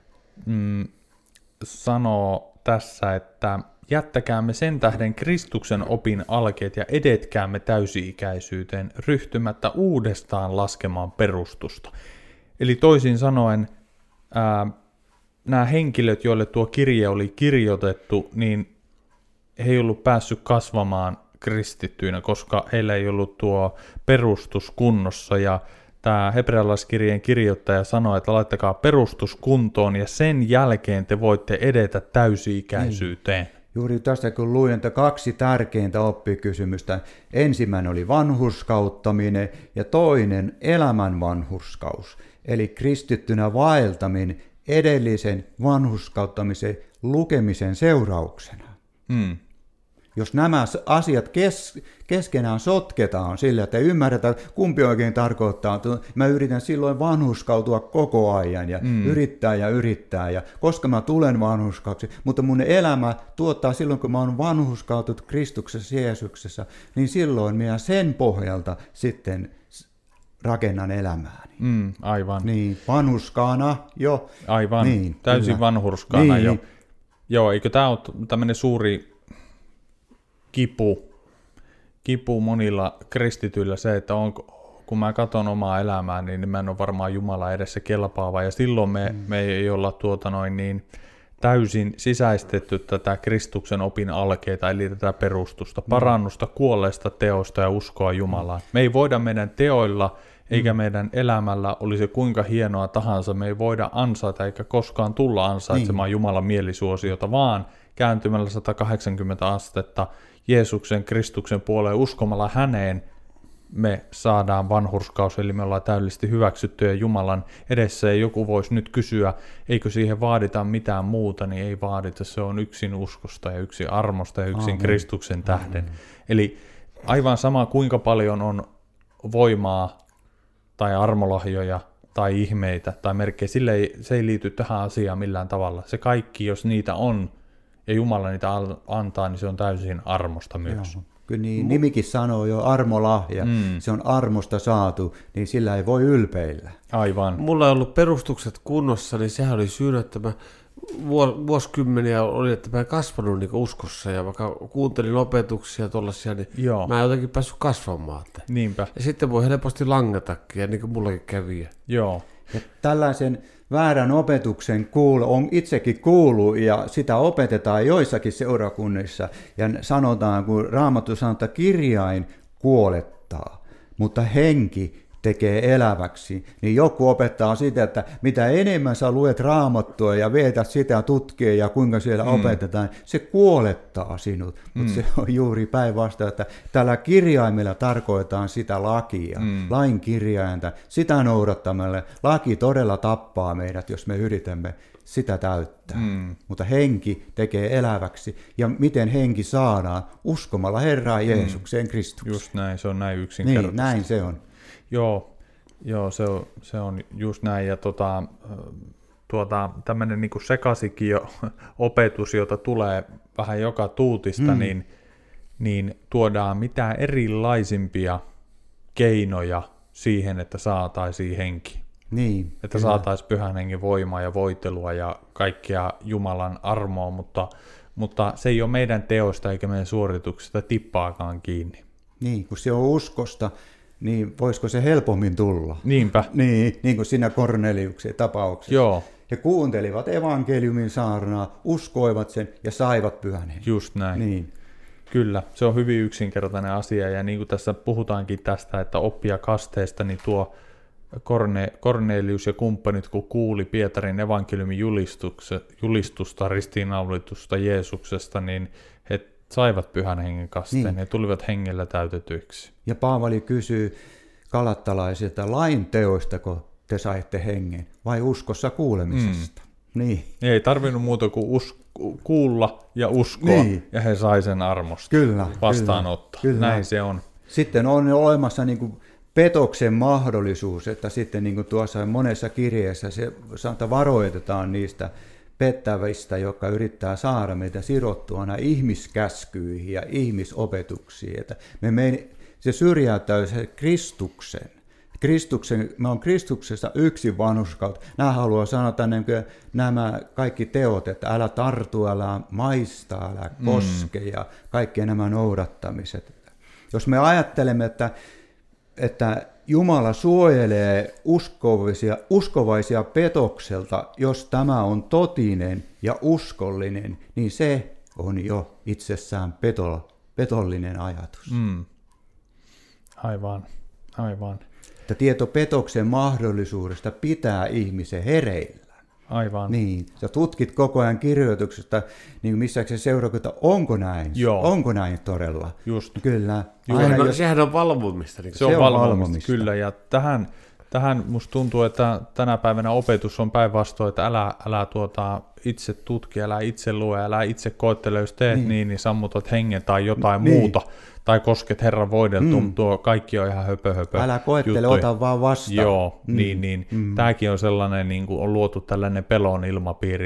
sanoo tässä, että jättäkäämme sen tähden Kristuksen opin alkeet ja edetkäämme täysi-ikäisyyteen ryhtymättä uudestaan laskemaan perustusta. Eli toisin sanoen, nämä henkilöt, joille tuo kirje oli kirjoitettu, niin he ei ollut päässyt kasvamaan kristittyinä, koska heillä ei ollut tuo perustus kunnossa. Ja tämä hebrealaiskirjeen kirjoittaja sanoi, että laittakaa perustus kuntoon ja sen jälkeen te voitte edetä täysi-ikäisyyteen. Juuri tästä kun luin, että 2 tärkeintä oppikysymystä. Ensimmäinen oli vanhurskauttaminen ja toinen elämän vanhurskaus. Eli kristittynä vaeltaminen edellisen vanhurskauttamisen lukemisen seurauksena. Jos nämä asiat keskenään sotketaan sillä, että ymmärretään, kumpi oikein tarkoittaa, mä yritän silloin vanhurskautua koko ajan ja yrittää, ja koska mä tulen vanhurskauksi, mutta mun elämä tuottaa silloin, kun mä oon vanhurskautunut Kristuksessa Jeesuksessa, niin silloin minä sen pohjalta sitten rakennan elämääni. Aivan. Niin, vanhurskaana jo. Aivan, niin, täysin kyllä. vanhurskaana niin. jo. Joo, eikö tämä ole tämmöinen suuri kipu monilla kristityillä se, että kun mä katson omaa elämää, niin mä en ole varmaan Jumala edessä kelpaava, ja silloin me ei olla täysin sisäistetty tätä Kristuksen opin alkeita, eli tätä perustusta, parannusta kuolleesta teosta ja uskoa Jumalaan. Me ei voida meidän teoilla eikä meidän elämällä, oli se kuinka hienoa tahansa, me ei voida ansaita eikä koskaan tulla ansaitsemaan Jumalan mielisuosiota, vaan kääntymällä 180 astetta Jeesuksen, Kristuksen puoleen uskomalla häneen me saadaan vanhurskaus, eli me ollaan täydellisesti hyväksyttyjä Jumalan edessä, ja joku voisi nyt kysyä, eikö siihen vaadita mitään muuta, niin ei vaadita, se on yksin uskosta ja yksin armosta ja yksin Kristuksen tähden. Eli aivan sama kuinka paljon on voimaa tai armolahjoja tai ihmeitä tai merkkejä, se ei liity tähän asiaan millään tavalla. Se kaikki, jos niitä on ja Jumala niitä antaa, niin se on täysin armosta myös. Joo. Kyllä niin, nimikin sanoo jo armolahja, se on armosta saatu, niin sillä ei voi ylpeillä. Aivan. Mulla ei ollut perustukset kunnossa, niin sehän oli syynä, että mä vuosikymmeniä oli, että mä en kasvanut niin uskossa, ja vaikka kuuntelin opetuksia tuollaisia, niin mä en jotenkin päässyt kasvamaan. Niinpä. Ja sitten voi helposti langatakin, ja niin kuin mullakin kävi. Joo. Ja tällaisen väärän opetuksen on itsekin kuullut, ja sitä opetetaan joissakin seurakunnissa, ja sanotaan, kun Raamattu sanoo, että kirjain kuolettaa, mutta henki tekee eläväksi, niin joku opettaa sitä, että mitä enemmän sä luet Raamattua ja vietät sitä tutkia ja kuinka siellä opetetaan, se kuolettaa sinut. Mutta se on juuri päinvastoin, että tällä kirjaimella tarkoitetaan sitä lakia, lain kirjainta, sitä noudattamalla. Laki todella tappaa meidät, jos me yritämme sitä täyttää. Mutta henki tekee eläväksi. Ja miten henki saadaan? Uskomalla Herraan Jeesukseen Kristukseen. Just näin, se on näin yksinkertaisesti. Niin, näin se on. Joo, se on just näin, ja tämmöinen niinku sekasikio opetus, jota tulee vähän joka tuutista, niin tuodaan mitään erilaisimpia keinoja siihen, että saataisiin henki. Niin, että saataisiin Pyhän Hengen voimaa ja voitelua ja kaikkea Jumalan armoa, mutta se ei ole meidän teosta eikä meidän suorituksesta tippaakaan kiinni. Niin, kun se on uskosta, niin voisiko se helpommin tulla? Niinpä. Niin kuin siinä Korneliuksen tapauksessa. Joo. He kuuntelivat evankeliumin saarnaa, uskoivat sen ja saivat Pyhän Hengen. Just näin. Niin. Kyllä, se on hyvin yksinkertainen asia, ja niin kuin tässä puhutaankin tästä, että oppia kasteesta, niin tuo Kornelius ja kumppanit, kun kuuli Pietarin evankeliumin julistusta, ristiinnaulitusta Jeesuksesta, niin he saivat pyhän hengen kasteen Niin. ja tulivat hengellä täytetyiksi. Ja Paavali kysyy galattalaisilta, lain teoistako te saitte hengen vai uskossa kuulemisesta? Niin. Ei tarvinnut muuta kuin kuulla ja uskoa, Niin. ja he sai sen armosta Kyllä, vastaanottaa. kyllä. Näin se on. Sitten on olemassa niin kuin petoksen mahdollisuus, että sitten niin kuin tuossa monessa kirjeessä se varoitetaan niistä pettävistä, jotka yrittää saada meitä sidottua ihmiskäskyihin ja ihmisopetuksiin. Että se syrjäyttää se Kristuksen, me on Kristuksessa yksi vanhurskautta. Nämä haluaa sanoa nämä kaikki teot, että älä tartu, älä maista, älä koske ja kaikki nämä noudattamiset. Jos me ajattelemme, että Jumala suojelee uskovaisia petokselta, jos tämä on totinen ja uskollinen, niin se on jo itsessään petollinen ajatus. Aivan. Että tieto petoksen mahdollisuudesta pitää ihmisen hereillä. Aivan. Niin, sä tutkit koko ajan kirjoituksesta, niin missä se seurakunta, onko näin? Joo. Onko näin todella? Just. Kyllä. Sehän on valvomista. Niin se on valvomista, kyllä. Ja tähän musta tuntuu, että tänä päivänä opetus on päinvastoin, että älä itse tutki, älä itse lue, älä itse koettele, jos teet niin sammutat hengen tai jotain muuta, tai kosket Herran voideltuun, tuo kaikki on ihan höpö älä koettele, juttuja. ota vaan vastaan. Joo, niin. Tämäkin on sellainen, niin kuin on luotu tällainen pelon ilmapiiri,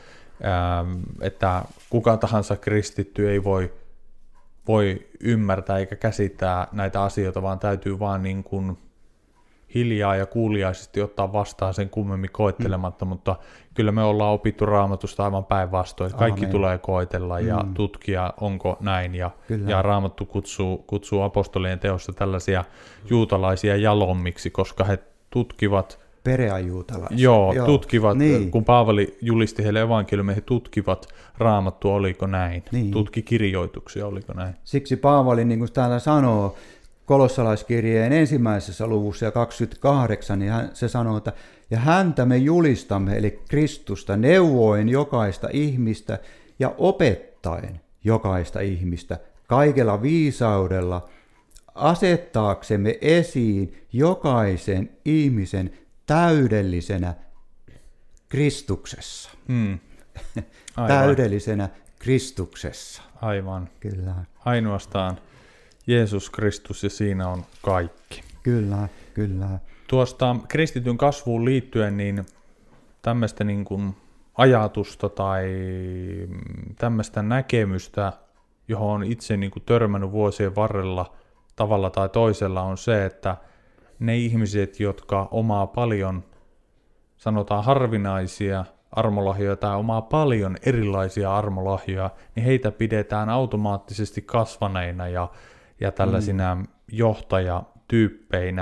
että kuka tahansa kristitty ei voi ymmärtää eikä käsittää näitä asioita, vaan täytyy vaan niin kuin hiljaa ja kuuliaisesti ottaa vastaan sen kummemmin koettelematta, mutta kyllä me ollaan opittu Raamatusta aivan päinvastoin. Kaikki tulee koetella ja tutkia, onko näin. Ja Raamattu kutsuu apostolien teossa tällaisia juutalaisia jalommiksi, koska he tutkivat pereajuutalaisia. Joo, tutkivat, kun Paavali julisti heille evankeliumia, he tutkivat Raamattua, oliko näin. Tutki kirjoituksia, oliko näin. Siksi Paavali, niin kuin täällä sanoo, Kolossalaiskirjeen 1. luvussa ja 28, niin se sanoo, että ja häntä me julistamme, eli Kristusta, neuvoen jokaista ihmistä ja opettaen jokaista ihmistä kaikella viisaudella, asettaaksemme esiin jokaisen ihmisen täydellisenä Kristuksessa. Täydellisenä Kristuksessa. Aivan. Kyllä. Ainoastaan Jeesus Kristus ja siinä on kaikki. Kyllä. Tuosta kristityn kasvuun liittyen niin tämmöistä niin kuin ajatusta tai tämmöistä näkemystä, johon on itse niin kuin törmännyt vuosien varrella tavalla tai toisella, on se, että ne ihmiset, jotka omaa paljon, sanotaan harvinaisia armolahjoja tai omaa paljon erilaisia armolahjoja, niin heitä pidetään automaattisesti kasvaneina ja tällaisina johtajatyyppeinä.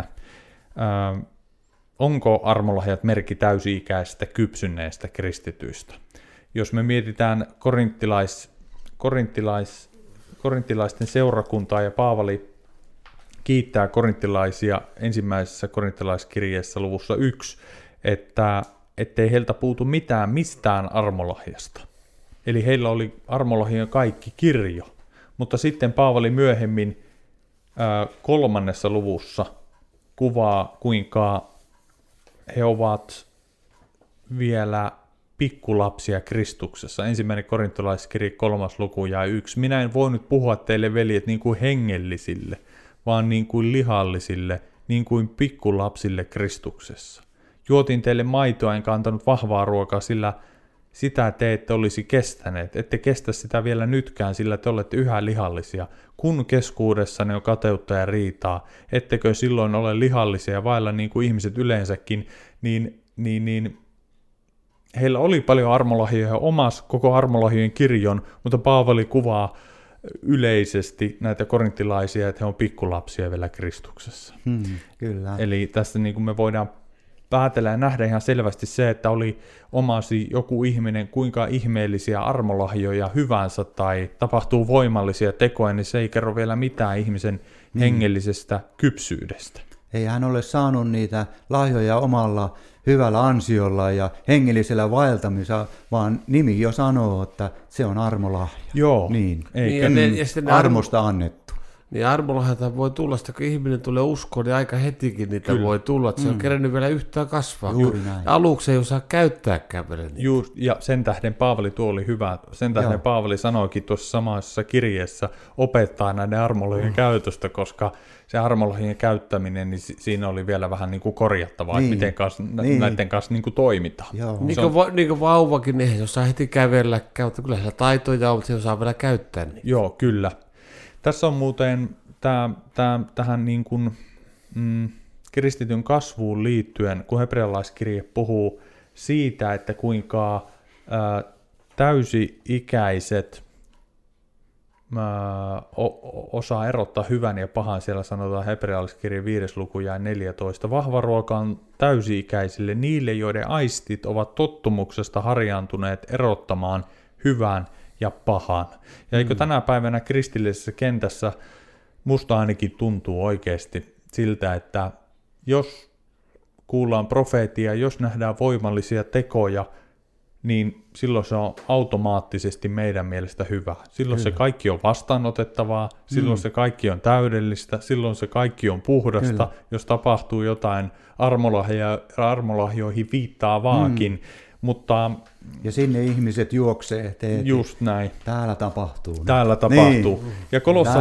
Onko armolahjat merkki täysi-ikäisestä kypsyneestä kristityistä? Jos me mietitään korinttilaisten seurakuntaa ja Paavali kiittää korinttilaisia ensimmäisessä korinttilaiskirjeessä luvussa 1, ettei heiltä puutu mitään mistään armolahjasta. Eli heillä oli armolahjojen kaikki kirjo. Mutta sitten Paavali myöhemmin 3. luvussa kuvaa, kuinka he ovat vielä pikkulapsia Kristuksessa. 1. korintolaiskirje 3. luku ja 1. Minä en voi nyt puhua teille, veljet, niin kuin hengellisille, vaan niin kuin lihallisille, niin kuin pikkulapsille Kristuksessa. Juotin teille maitoa, enkä antanut vahvaa ruokaa, sillä sitä te ette olisi kestäneet. Ette kestä sitä vielä nytkään, sillä te olette yhä lihallisia. Kun keskuudessanne on kateutta ja riitaa, ettekö silloin ole lihallisia ja vailla niin kuin ihmiset yleensäkin, niin heillä oli paljon armolahjoja ja omas koko armolahjojen kirjon, mutta Paavali kuvaa yleisesti näitä korinttilaisia, että he on pikkulapsia vielä Kristuksessa. Kyllä. Eli tässä niin kuin me voidaan päätellä ja nähdä ihan selvästi se, että oli omasi joku ihminen kuinka ihmeellisiä armolahjoja hyvänsä tai tapahtuu voimallisia tekoja, niin se ei kerro vielä mitään ihmisen hengellisestä kypsyydestä. Ei hän ole saanut niitä lahjoja omalla hyvällä ansiolla ja hengellisellä vaeltamisella, vaan nimi jo sanoo, että se on armolahja. Joo. Niin. Armosta annettu. Niin armolahjata voi tulla, sitä kun ihminen tulee uskoon, niin aika hetikin niitä Kyllä. voi tulla, että se on kerennyt vielä yhtään kasvaa. Aluksi ei osaa käyttääkään vielä niitä. Just, ja sen tähden Paavali tuo oli hyvä. Sen tähden Paavali sanoikin tuossa samassa kirjeessä opettaa näiden armolahjien käytöstä, koska se armolahjien käyttäminen, niin siinä oli vielä vähän niin kuin korjattavaa, että miten näiden kanssa niin kuin toimitaan. Niin kuin vauvakin, niin ei osaa heti kävelläkään, mutta kyllä siellä taitoja on, mutta se osaa vielä käyttää niitä. Joo, kyllä. Tässä on muuten tähän niin kuin, kristityn kasvuun liittyen, kun hebrealaiskirje puhuu siitä, että kuinka täysi-ikäiset osaa erottaa hyvän ja pahan. Siellä sanotaan hebrealaiskirje 5. luku ja 14. Vahva ruoka on täysi-ikäisille, niille, joiden aistit ovat tottumuksesta harjaantuneet erottamaan hyvän ja pahan. Ja eikö tänä päivänä kristillisessä kentässä musta ainakin tuntuu oikeasti siltä, että jos kuullaan profeettia, jos nähdään voimallisia tekoja, niin silloin se on automaattisesti meidän mielestä hyvä. Silloin se kaikki on vastaanotettavaa, silloin se kaikki on täydellistä, silloin se kaikki on puhdasta. Jos tapahtuu jotain armolahjoihin viittaavaakin, mutta ja sinne ihmiset juoksee, just näin. Täällä tapahtuu. Täällä tapahtuu. Niin. Ja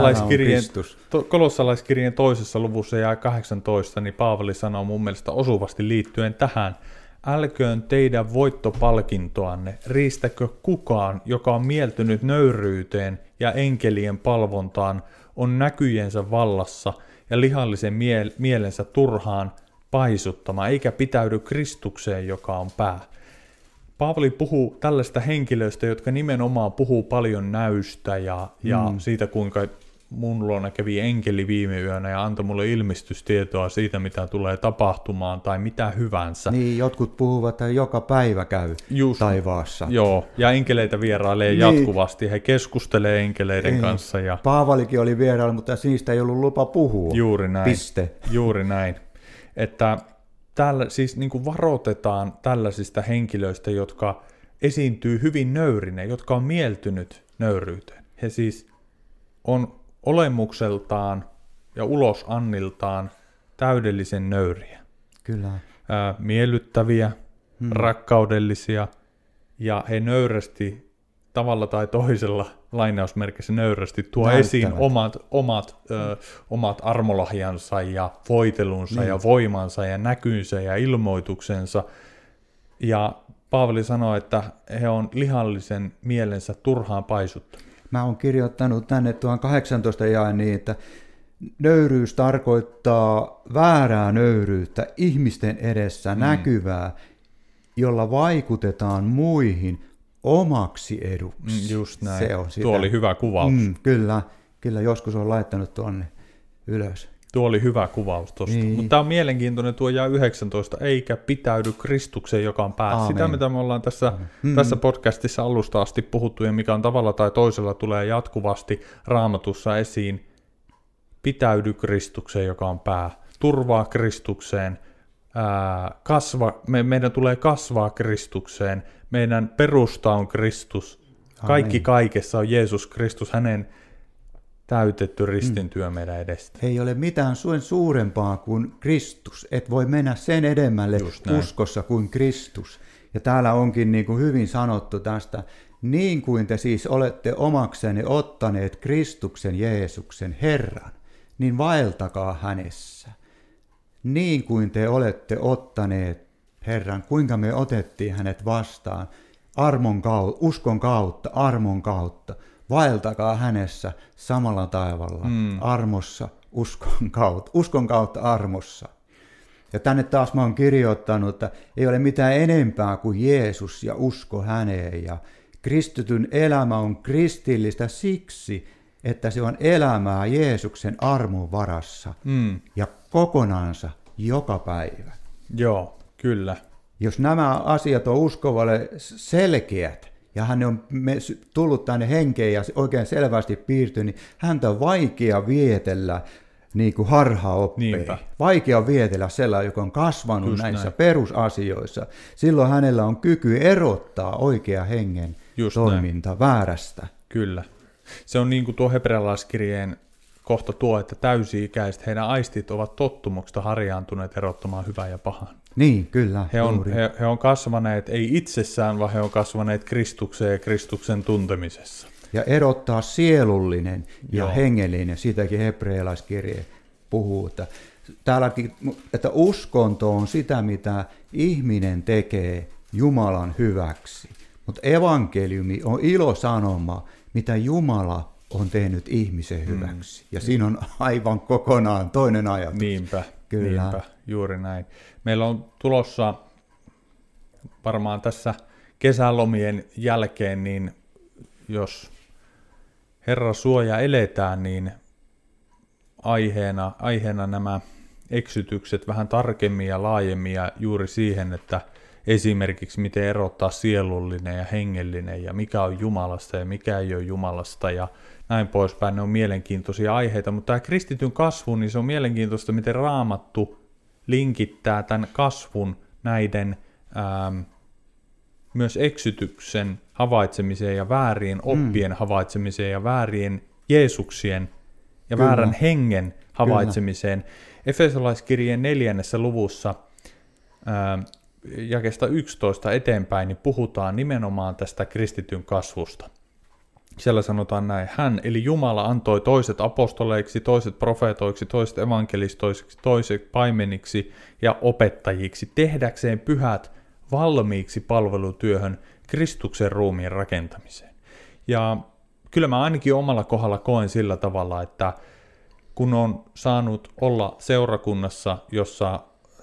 kolossalaiskirjeen 2. luvussa ja 18, niin Paavali sanoo mun mielestä osuvasti liittyen tähän: älköön teidän voittopalkintoanne riistäkö kukaan, joka on mieltynyt nöyryyteen ja enkelien palvontaan, on näkyjensä vallassa ja lihallisen mielensä turhaan paisuttama, eikä pitäydy Kristukseen, joka on pää. Paavali puhuu tällaista henkilöistä, jotka nimenomaan puhuu paljon näystä ja siitä, kuinka mun luona kävi enkeli viime yönä ja antoi mulle ilmestystietoa siitä, mitä tulee tapahtumaan tai mitä hyvänsä. Niin, jotkut puhuvat, että joka päivä käy taivaassa. Joo, ja enkeleitä vierailee jatkuvasti. He keskustelee enkeleiden kanssa. Ja Paavalikin oli vierailla, mutta niistä ei ollut lupa puhua. Juuri näin. Piste. Juuri näin. Että täällä siis niin kuin varoitetaan tällaisista henkilöistä, jotka esiintyy hyvin nöyrinä, jotka on mieltynyt nöyryyteen. He siis on olemukseltaan ja ulosanniltaan täydellisen nöyriä. Kyllä. Miellyttäviä, rakkaudellisia, ja he nöyrästi tavalla tai toisella, lainausmerkissä nöyrästi, tuo esiin omat armolahjansa ja voitelunsa ja voimansa ja näkynsä ja ilmoituksensa. Ja Paavali sanoi, että he on lihallisen mielensä turhaan paisuttamia. Mä oon kirjoittanut tänne 18 jaen niin, että nöyryys tarkoittaa väärää nöyryyttä ihmisten edessä näkyvää, jolla vaikutetaan muihin omaksi eduksi. Just näin. Se on sitä. Tuo oli hyvä kuvaus. Kyllä, joskus on laittanut tuonne ylös. Tuo oli hyvä kuvaus tuosta. Niin. Mutta tämä on mielenkiintoinen tuo jae 19, eikä pitäydy Kristukseen, joka on pää. Sitä, mitä me ollaan tässä podcastissa alusta asti puhuttu ja mikä on tavalla tai toisella tulee jatkuvasti Raamatussa esiin. Pitäydy Kristukseen, joka on pää. Turvaa Kristukseen. Meidän tulee kasvaa Kristukseen. Meidän perusta on Kristus. Kaikki kaikessa on Jeesus Kristus, hänen täytetty ristintyö meidän edestä. Ei ole mitään suurempaa kuin Kristus. Et voi mennä sen edemmälle uskossa kuin Kristus. Ja täällä onkin niin kuin hyvin sanottu tästä, niin kuin te siis olette omaksenne ottaneet Kristuksen Jeesuksen Herran, niin vaeltakaa hänessä. Niin kuin te olette ottaneet Herran, kuinka me otettiin hänet vastaan, uskon kautta, armon kautta. Vaeltakaa hänessä samalla taivalla, armossa, uskon kautta armossa. Ja tänne taas mä oon kirjoittanut, että ei ole mitään enempää kuin Jeesus ja usko häneen. Ja kristityn elämä on kristillistä siksi, että se on elämää Jeesuksen armon varassa ja kokonaansa joka päivä. Joo, kyllä. Jos nämä asiat on uskovalle selkeät, ja hän on tullut tänne henkeen ja oikein selvästi piirtynyt, niin häntä on vaikea vietellä niin kuin harhaoppeen. Niinpä. Vaikea vietellä sellainen, joka on kasvanut Just näissä näin. perusasioissa. Silloin hänellä on kyky erottaa oikea hengen Just toiminta väärästä. Kyllä. Se on niin kuin tuo hebrealaiskirjeen kohta tuo, että täysi-ikäiset heidän aistit ovat tottumuksesta harjaantuneet erottamaan hyvän ja pahan. Niin, kyllä. He on kasvaneet, ei itsessään, vaan he on kasvaneet Kristukseen ja Kristuksen tuntemisessa. Ja erottaa sielullinen ja Joo. hengellinen, sitäkin hebrealaiskirje puhuu. Täälläkin, että uskonto on sitä, mitä ihminen tekee Jumalan hyväksi. Mutta evankeliumi on ilosanoma, mitä Jumala on tehnyt ihmisen hyväksi. Ja siinä on aivan kokonaan toinen ajatus. Niinpä, Kyllä. niinpä, juuri näin. Meillä on tulossa varmaan tässä kesälomien jälkeen, niin jos Herra suoja eletään, niin aiheena nämä eksytykset vähän tarkemmin ja laajemmin ja juuri siihen, että esimerkiksi miten erottaa sielullinen ja hengellinen ja mikä on Jumalasta ja mikä ei ole Jumalasta ja näin poispäin. Ne on mielenkiintoisia aiheita, mutta tämä kristityn kasvu, niin se on mielenkiintoista, miten Raamattu linkittää tämän kasvun näiden myös eksytyksen havaitsemiseen ja väärien oppien havaitsemiseen ja väärien Jeesuksien ja Kyllä. väärän hengen havaitsemiseen. Efesolaiskirjeen 4. luvussa jakeesta 11 eteenpäin niin puhutaan nimenomaan tästä kristityn kasvusta. Siellä sanotaan näin, hän eli Jumala antoi toiset apostoleiksi, toiset profeetoiksi, toiset evankelistoiksi, toiset paimeniksi ja opettajiksi, tehdäkseen pyhät valmiiksi palvelutyöhön Kristuksen ruumiin rakentamiseen. Ja kyllä mä ainakin omalla kohdalla koen sillä tavalla, että kun on saanut olla seurakunnassa, jossa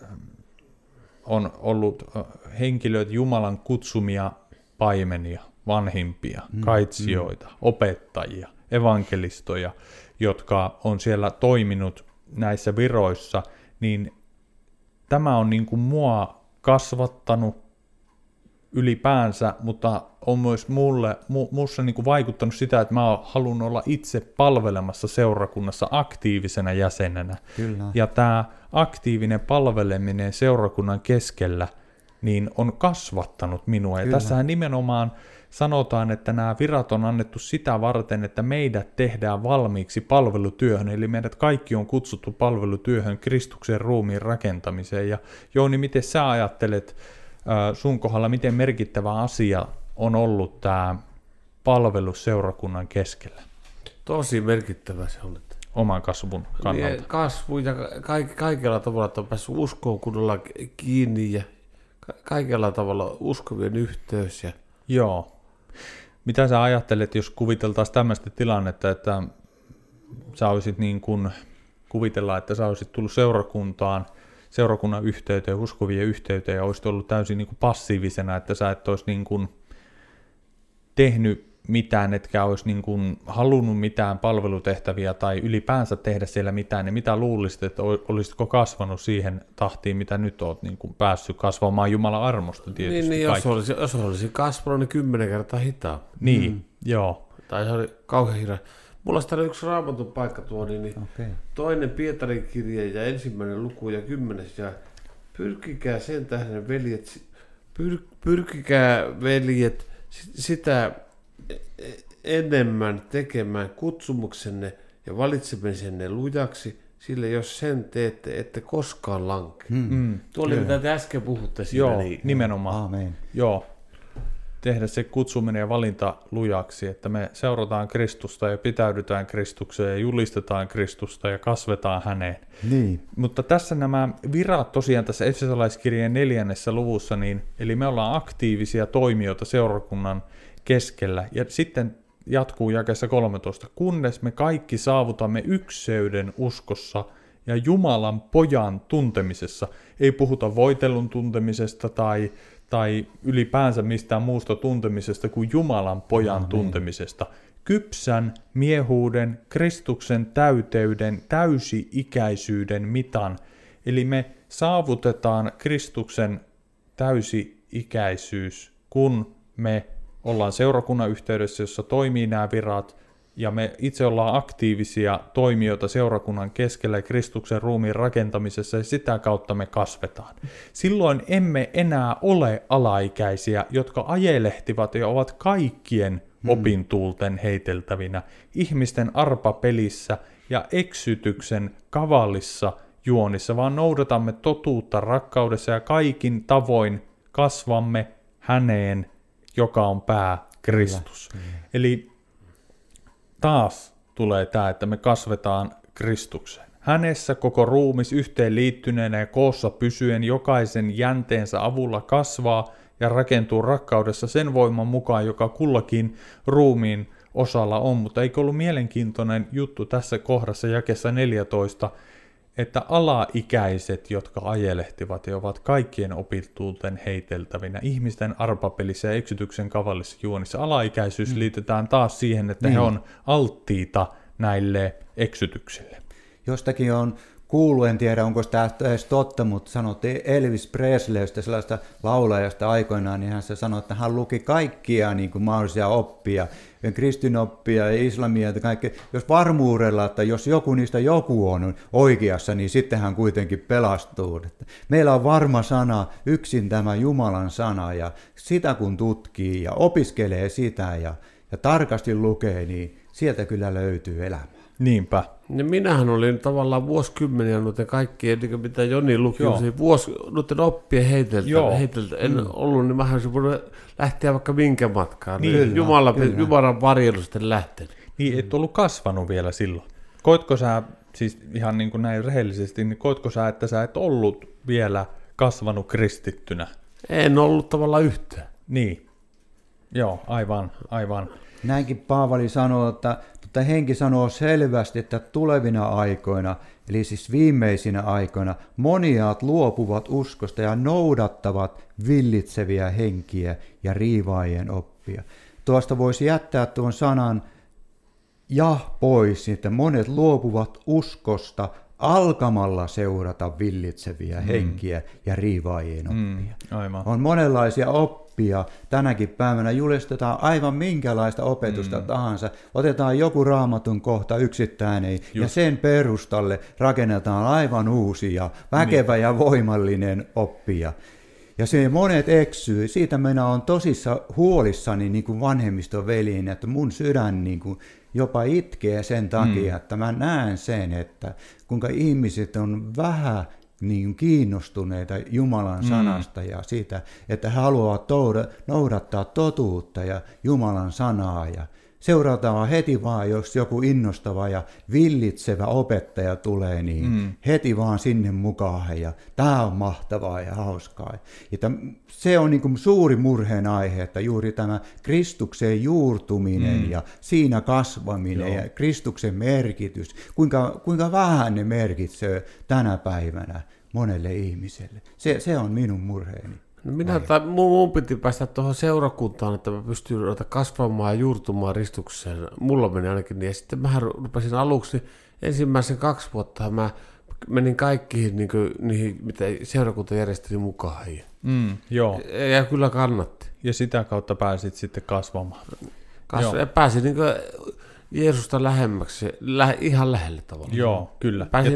on ollut henkilöitä Jumalan kutsumia paimenia, vanhimpia, kaitsijoita, opettajia, evankelistoja, jotka on siellä toiminut näissä viroissa, niin tämä on niin kuin mua kasvattanut ylipäänsä, mutta on myös minussa niin kuin vaikuttanut sitä, että mä oon halunnut olla itse palvelemassa seurakunnassa aktiivisena jäsenenä. Kyllä. Ja tämä aktiivinen palveleminen seurakunnan keskellä niin on kasvattanut minua. Ja tässähän nimenomaan sanotaan, että nämä virat on annettu sitä varten, että meidät tehdään valmiiksi palvelutyöhön, eli meidät kaikki on kutsuttu palvelutyöhön Kristuksen ruumiin rakentamiseen. Ja Jouni, miten sä ajattelet sun kohdalla, miten merkittävä asia on ollut tämä palvelus seurakunnan keskellä? Tosi merkittävä se on. Oman kasvun kannalta. Niin, kasvu ja kaikella tavalla, että on päässyt uskoon kunnolla kiinni ja kaikella tavalla uskovien yhteys. Ja Joo. Mitä sä ajattelet, jos kuviteltaisiin tämmöistä tilannetta, että sä olisit niin kuin, kuvitellaan, että sä olisit tullut seurakunnan yhteyteen, uskovien yhteyteen ja olisit ollut täysin niin kuin passiivisena, että sä et olisi niin kuin tehnyt mitään, etkä olisi niin kuin halunnut mitään palvelutehtäviä tai ylipäänsä tehdä siellä mitään, niin mitä luulisit, että olisitko kasvanut siihen tahtiin, mitä nyt olet niin kuin päässyt kasvamaan Jumalan armosta tietysti. niin jos olisi kasvanut, niin 10 kertaa hitaa. Niin, joo. Tai se oli kauhean hirveä. Mulla on täällä yksi Raamatun paikka tuo, niin toinen Pietarin kirje ja 1. luku ja 10. Ja pyrkikää sen tähden veljet, sitä enemmän tekemään kutsumuksenne ja valitsemisenne lujaksi, sillä jos sen teette, ette koskaan lankea. Tuo oli mitä te äsken puhutte siitä. Joo, niin. nimenomaan. Aamen. Joo. Tehdä se kutsuminen ja valinta lujaksi, että me seurataan Kristusta ja pitäydytään Kristukseen ja julistetaan Kristusta ja kasvetaan häneen. Niin. Mutta tässä nämä virat tosiaan tässä Efesolaiskirjeen 4. luvussa, niin, eli me ollaan aktiivisia toimijoita seurakunnan keskellä. Ja sitten jatkuu jakeessa 13. Kunnes me kaikki saavutamme ykseyden uskossa ja Jumalan pojan tuntemisessa. Ei puhuta voitelun tuntemisesta tai ylipäänsä mistään muusta tuntemisesta kuin Jumalan pojan tuntemisesta. Kypsän miehuuden, Kristuksen täyteyden, täysi-ikäisyyden mitan. Eli me saavutetaan Kristuksen täysi-ikäisyys, kun me ollaan seurakunnan yhteydessä, jossa toimii nämä virat, ja me itse ollaan aktiivisia toimijoita seurakunnan keskellä ja Kristuksen ruumiin rakentamisessa, ja sitä kautta me kasvetaan. Silloin emme enää ole alaikäisiä, jotka ajelehtivat ja ovat kaikkien opintuulten heiteltävinä, ihmisten arpapelissä ja eksytyksen kavallissa juonissa, vaan noudatamme totuutta rakkaudessa ja kaikin tavoin kasvamme häneen, joka on pää, Kristus. Eli taas tulee tämä, että me kasvetaan Kristukseen. Hänessä koko ruumis yhteen liittyneenä ja koossa pysyen jokaisen jänteensä avulla kasvaa ja rakentuu rakkaudessa sen voiman mukaan, joka kullakin ruumiin osalla on. Mutta eikö ollut mielenkiintoinen juttu tässä kohdassa jakeessa 14, että alaikäiset, jotka ajelehtivat ja ovat kaikkien opittuuten heiteltävinä, ihmisten arpapelissä ja eksytyksen kavallisissa juonissa. Alaikäisyys liitetään taas siihen, että he on alttiita näille eksytyksille. Jostakin on kuullut, en tiedä onko tämä edes totta, mutta sanottiin Elvis Presleystä, sellaista laulajasta aikoinaan, niin hän sanoi, että hän luki kaikkia niin kuin mahdollisia oppia, kristinoppia ja islamia ja kaikkea, jos varmuudella, että jos joku on oikeassa, niin sitten hän kuitenkin pelastuu. Meillä on varma sana, yksin tämä Jumalan sana, ja sitä kun tutkii ja opiskelee sitä ja tarkasti lukee, niin sieltä kyllä löytyy elämää. Niinpä. Ja minähän olin tavallaan vuosikymmeniä noiden kaikkien, mitä Joni luki, noiden oppien heiteltä. En ollut, niin mä olisin voinut lähteä vaikka minkä matkaan. Niin, Jumalan varjelu sitten lähtenyt. Niin, et ollut kasvanut vielä silloin. Koitko sä, siis ihan niin kuin näin rehellisesti, niin koitko sä, että sä et ollut vielä kasvanut kristittynä? En ollut tavallaan yhtään. Niin, joo, aivan. Näinkin Paavali sanoo, että henki sanoo selvästi, että tulevina aikoina, eli siis viimeisinä aikoina, moniaat luopuvat uskosta ja noudattavat villitseviä henkiä ja riivaajien oppia. Tuosta voisi jättää tuon sanan ja pois, että monet luopuvat uskosta alkamalla seurata villitseviä henkiä ja riivaajien oppia. Aivan. On monenlaisia oppia. Tänäkin päivänä julistetaan aivan minkälaista opetusta tahansa. Otetaan joku raamatun kohta yksittäinen ja sen perustalle rakennetaan aivan uusi ja väkevä ja voimallinen oppia. Ja se monet eksyy. Siitä minä olen tosissaan huolissani niin kuin vanhemmiston veliin, että mun sydän niin kuin jopa itkee sen takia, että mä näen sen, että kuinka ihmiset on vähän niin kiinnostuneita Jumalan sanasta ja siitä, että he haluavat noudattaa totuutta ja Jumalan sanaa ja seurataan heti vaan, jos joku innostava ja villitsevä opettaja tulee, niin heti vaan sinne mukaan ja tämä on mahtavaa ja hauskaa. Ja se on niin kuin suuri murheen aihe, että juuri tämä Kristuksen juurtuminen ja siinä kasvaminen ja Kristuksen merkitys, kuinka vähän ne merkitsee tänä päivänä monelle ihmiselle. Se on minun murheeni. No mun piti päästä tuohon seurakuntaan, että mä pystyn kasvamaan ja juurtumaan Kristukseen. Mulla meni ainakin niin. Ja sitten mä rupesin aluksi, ensimmäisen 2 vuotta mä menin kaikkiin niihin, mitä seurakunta järjesteli mukaan. Joo. Ja kyllä kannatti. Ja sitä kautta pääsit sitten kasvamaan. Ja pääsin Jeesusta lähemmäksi, ihan lähelle tavallaan. Joo, kyllä. Pääsin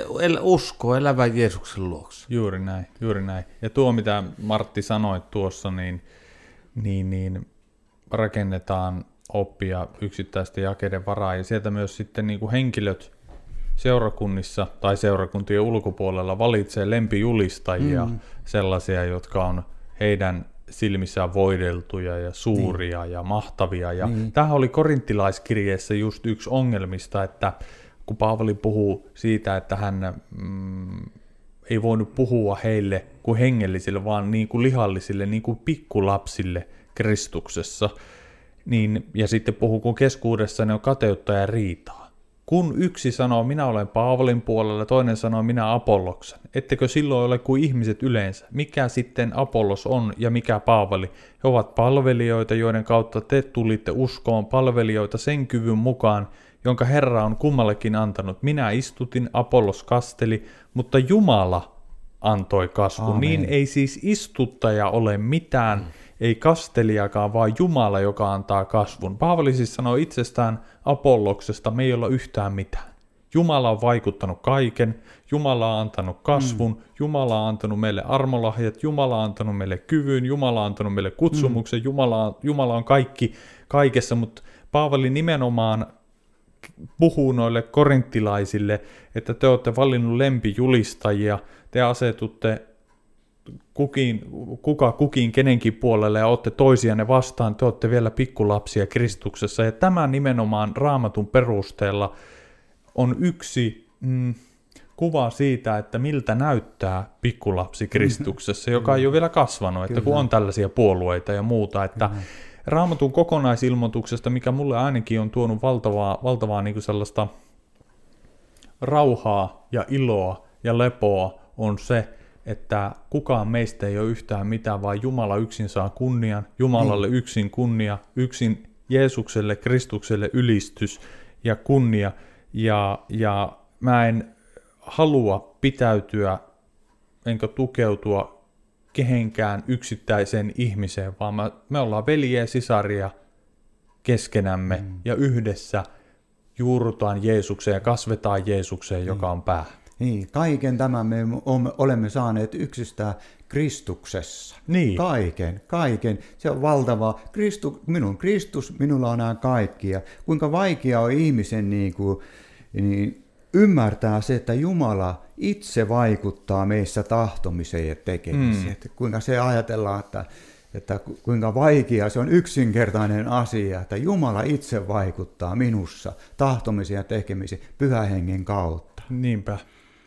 uskoa elävän Jeesuksen luokse. Juuri näin. Ja tuo, mitä Martti sanoi tuossa, niin rakennetaan oppia yksittäisten jakeiden varaan. Ja sieltä myös sitten niin kuin henkilöt seurakunnissa tai seurakuntien ulkopuolella valitsee lempijulistajia, sellaisia, jotka on heidän silmissään voideltuja ja suuria ja mahtavia. Ja tämähän oli korinttilaiskirjeessä just yksi ongelmista, että kun Paavali puhuu siitä, että hän ei voinut puhua heille kuin hengellisille, vaan niin kuin lihallisille, niin kuin pikkulapsille Kristuksessa, niin, ja sitten puhuu, kun keskuudessa ne on kateutta ja riitaa. Kun yksi sanoo, minä olen Paavalin puolella, toinen sanoo, minä Apolloksen. Ettekö silloin ole kuin ihmiset yleensä? Mikä sitten Apollos on ja mikä Paavali? He ovat palvelijoita, joiden kautta te tulitte uskoon, palvelijoita sen kyvyn mukaan, jonka Herra on kummallekin antanut. Minä istutin, Apollos kasteli, mutta Jumala antoi kasvun. Aamen. Niin ei siis istuttaja ole mitään, ei kastelijakaan, vaan Jumala, joka antaa kasvun. Paavali siis sanoo itsestään Apolloksesta, me ei olla yhtään mitään. Jumala on vaikuttanut kaiken, Jumala on antanut kasvun, Jumala on antanut meille armolahjat, Jumala on antanut meille kyvyn, Jumala on antanut meille kutsumuksen, Jumala on kaikki kaikessa, mutta Paavali nimenomaan puhuu noille korinttilaisille, että te olette valinnut lempijulistajia, te asetutte kuka kukin kenenkin puolelle ja olette toisianne vastaan, te olette vielä pikkulapsia Kristuksessa. Ja tämä nimenomaan Raamatun perusteella on yksi kuva siitä, että miltä näyttää pikkulapsi Kristuksessa, joka ei ole vielä kasvanut, että kun on tällaisia puolueita ja muuta, että Raamatun kokonaisilmoituksesta, mikä mulle ainakin on tuonut valtavaa niin kuin sellaista rauhaa ja iloa ja lepoa, on se, että kukaan meistä ei ole yhtään mitään, vaan Jumala yksin saa kunnian, Jumalalle yksin kunnia, yksin Jeesukselle, Kristukselle ylistys ja kunnia, ja mä en halua pitäytyä enkä tukeutua kehenkään yksittäiseen ihmiseen, vaan me ollaan veljiä ja sisaria keskenämme ja yhdessä juurrutaan Jeesukseen ja kasvetaan Jeesukseen, joka on pää. Niin, kaiken tämän me olemme saaneet yksistään Kristuksessa. Niin. Kaiken. Se on valtavaa. Minun Kristus, minulla on nämä kaikki. Ja kuinka vaikea on ihmisen niin ymmärtää se, että Jumala itse vaikuttaa meissä tahtomiseen ja tekemiseen. Että kuinka se ajatellaan, että kuinka vaikea se on yksinkertainen asia, että Jumala itse vaikuttaa minussa tahtomiseen ja tekemiseen Pyhän Hengen kautta. Niinpä.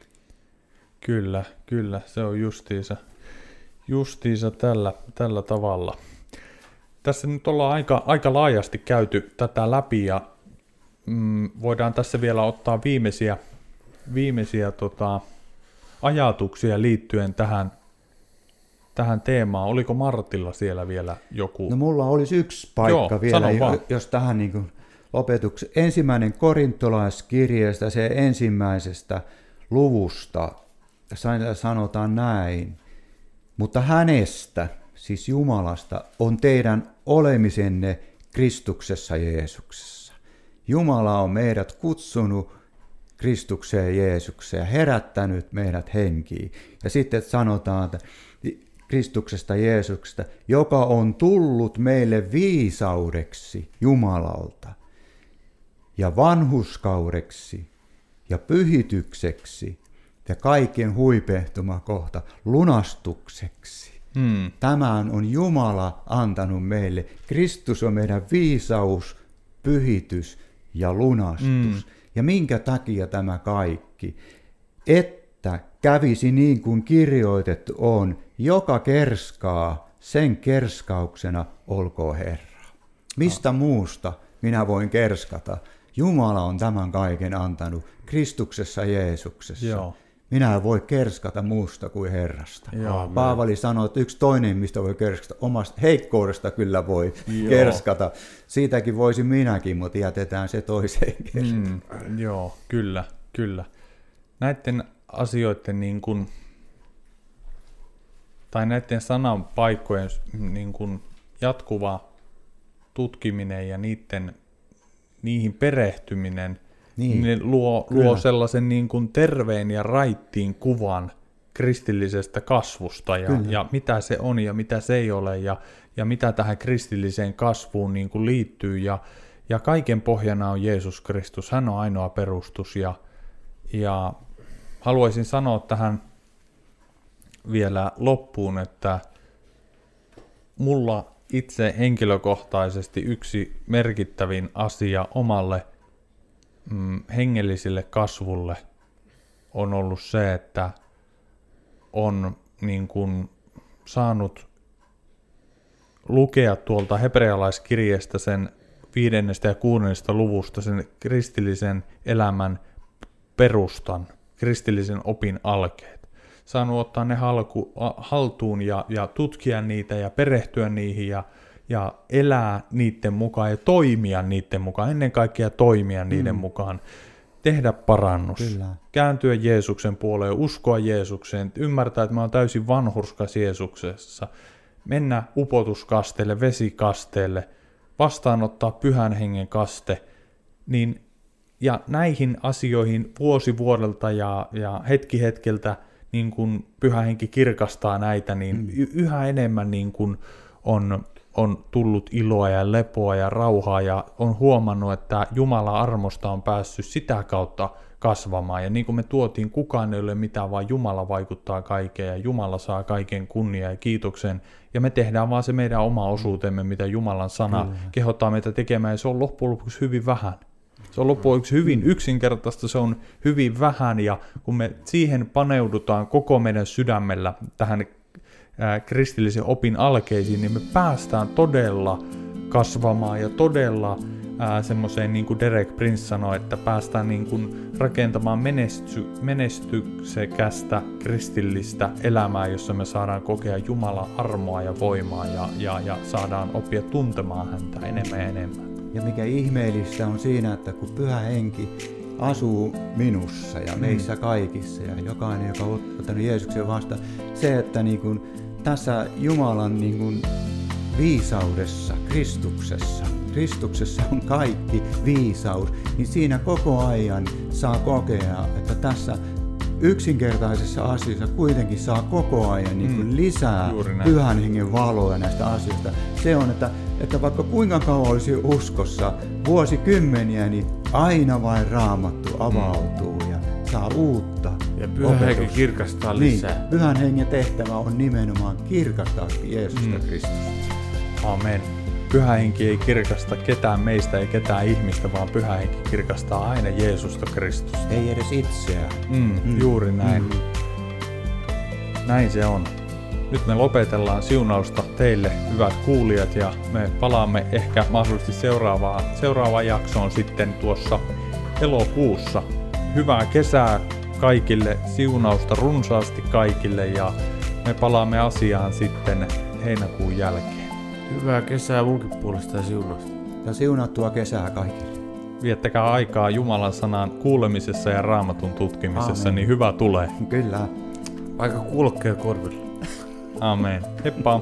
Kyllä, se on justiinsa tällä tavalla. Tässä nyt ollaan aika laajasti käyty tätä läpi ja voidaan tässä vielä ottaa viimeisiä ajatuksia liittyen tähän teemaan. Oliko Martilla siellä vielä joku? No mulla olisi yksi paikka vielä, jos tähän niin kuin lopetuksi. 1. korintolaiskirjeestä, se ensimmäisestä luvusta, sanotaan näin. Mutta hänestä, siis Jumalasta, on teidän olemisenne Kristuksessa Jeesuksessa. Jumala on meidät kutsunut Kristukseen Jeesukseen ja herättänyt meidät henkiin. Ja sitten sanotaan, että Kristuksesta Jeesuksesta, joka on tullut meille viisaudeksi Jumalalta ja vanhurskaudeksi ja pyhitykseksi ja kaiken huipehtuma kohta lunastukseksi. Tämän on Jumala antanut meille. Kristus on meidän viisaus, pyhitys ja lunastus. Ja minkä takia tämä kaikki? Että kävisi niin kuin kirjoitettu on, joka kerskaa, sen kerskauksena olkoon Herra. Mistä muusta minä voin kerskata? Jumala on tämän kaiken antanut Kristuksessa Jeesuksessa. Joo. Minä en voi kerskata muusta kuin Herrasta. Joo, Paavali sanoi, että yksi toinen, mistä voi kerskata, omasta heikkoudesta kyllä voi kerskata. Siitäkin voisin minäkin, mutta jätetään se toiseen kertaan. Joo, kyllä. Näiden asioiden niin kuin, tai näiden sananpaikkojen niin kuin jatkuva tutkiminen ja niihin perehtyminen, ne luo sellaisen niin kuin terveen ja raittiin kuvan kristillisestä kasvusta ja mitä se on ja mitä se ei ole ja mitä tähän kristilliseen kasvuun niin kuin liittyy ja kaiken pohjana on Jeesus Kristus, hän on ainoa perustus ja haluaisin sanoa tähän vielä loppuun, että mulla itse henkilökohtaisesti yksi merkittävin asia omalle hengelliselle kasvulle on ollut se, että on niin kuin saanut lukea tuolta hebrealaiskirjeestä sen 5. ja 6. luvusta sen kristillisen elämän perustan, kristillisen opin alkeet. Saanut ottaa ne haltuun ja tutkia niitä ja perehtyä niihin ja elää niiden mukaan ja toimia niiden mukaan, ennen kaikkea toimia niiden mukaan, tehdä parannus, kääntyä Jeesuksen puoleen, uskoa Jeesukseen, ymmärtää, että mä oon täysin vanhurskas Jeesuksessa, mennä upotuskasteelle, vesikasteelle, vastaanottaa Pyhän Hengen kaste, niin, ja näihin asioihin vuosi vuodelta ja hetki hetkeltä niin kun Pyhä Henki kirkastaa näitä, niin yhä enemmän niin kun on tullut iloa ja lepoa ja rauhaa, ja on huomannut, että Jumalan armosta on päässyt sitä kautta kasvamaan. Ja niin kuin me tuotiin, kukaan ei ole mitään, vaan Jumala vaikuttaa kaikkeen, ja Jumala saa kaiken kunnian ja kiitoksen, ja me tehdään vaan se meidän oma osuutemme, mitä Jumalan sana kehottaa meitä tekemään, ja se on loppujen lopuksi hyvin vähän. Se on loppujen lopuksi hyvin yksinkertaista, se on hyvin vähän, ja kun me siihen paneudutaan koko meidän sydämellä tähän kristillisen opin alkeisiin, niin me päästään todella kasvamaan ja todella semmoiseen, niin kuin Derek Prince sanoi, että päästään niin kuin rakentamaan menestyksekästä kristillistä elämää, jossa me saadaan kokea Jumalan armoa ja voimaa ja saadaan oppia tuntemaan häntä enemmän ja enemmän. Ja mikä ihmeellistä on siinä, että kun Pyhä Henki asuu minussa ja meissä kaikissa ja jokainen, joka on ottanut Jeesuksen vastaan, se, että niin kuin tässä Jumalan niin kuin viisaudessa, Kristuksessa on kaikki viisaus, niin siinä koko ajan saa kokea, että tässä yksinkertaisessa asiassa kuitenkin saa koko ajan niin kuin lisää Pyhän Hengen valoa näistä asioista. Se on, että vaikka kuinka kauan olisi uskossa vuosikymmeniä, niin aina vain Raamattu avautuu ja saa uutta. Ja Pyhän Henki kirkastaa lisää. Niin, Pyhän Hengen tehtävä on nimenomaan kirkastaa Jeesusta Kristusta. Amen. Pyhä Henki ei kirkasta ketään meistä, ei ketään ihmistä, vaan Pyhä Henki kirkastaa aina Jeesusta Kristusta. Ei edes itseään. Juuri näin. Näin se on. Nyt me lopetellaan siunausta teille, hyvät kuulijat, ja me palaamme ehkä mahdollisesti seuraavaan jaksoon sitten tuossa elokuussa. Hyvää kesää kaikille, siunausta runsaasti kaikille, ja me palaamme asiaan sitten heinäkuun jälkeen. Hyvää kesää munkin puolesta ja siunausta. Ja siunattua kesää kaikille. Viettäkää aikaa Jumalan sanan kuulemisessa ja Raamatun tutkimisessa, niin hyvä tulee. Kyllä. Aika kulkee korvilla. Amen. Heippa.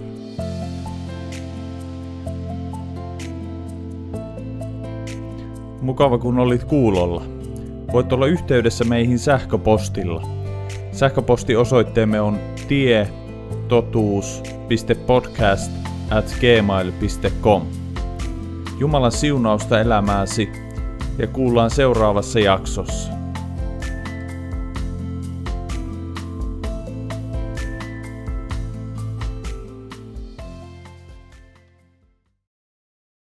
Mukava kun olit kuulolla. Voit olla yhteydessä meihin sähköpostilla. Sähköpostiosoitteemme on tietotuus.podcast@gmail.com. Jumalan siunausta elämääsi ja kuullaan seuraavassa jaksossa.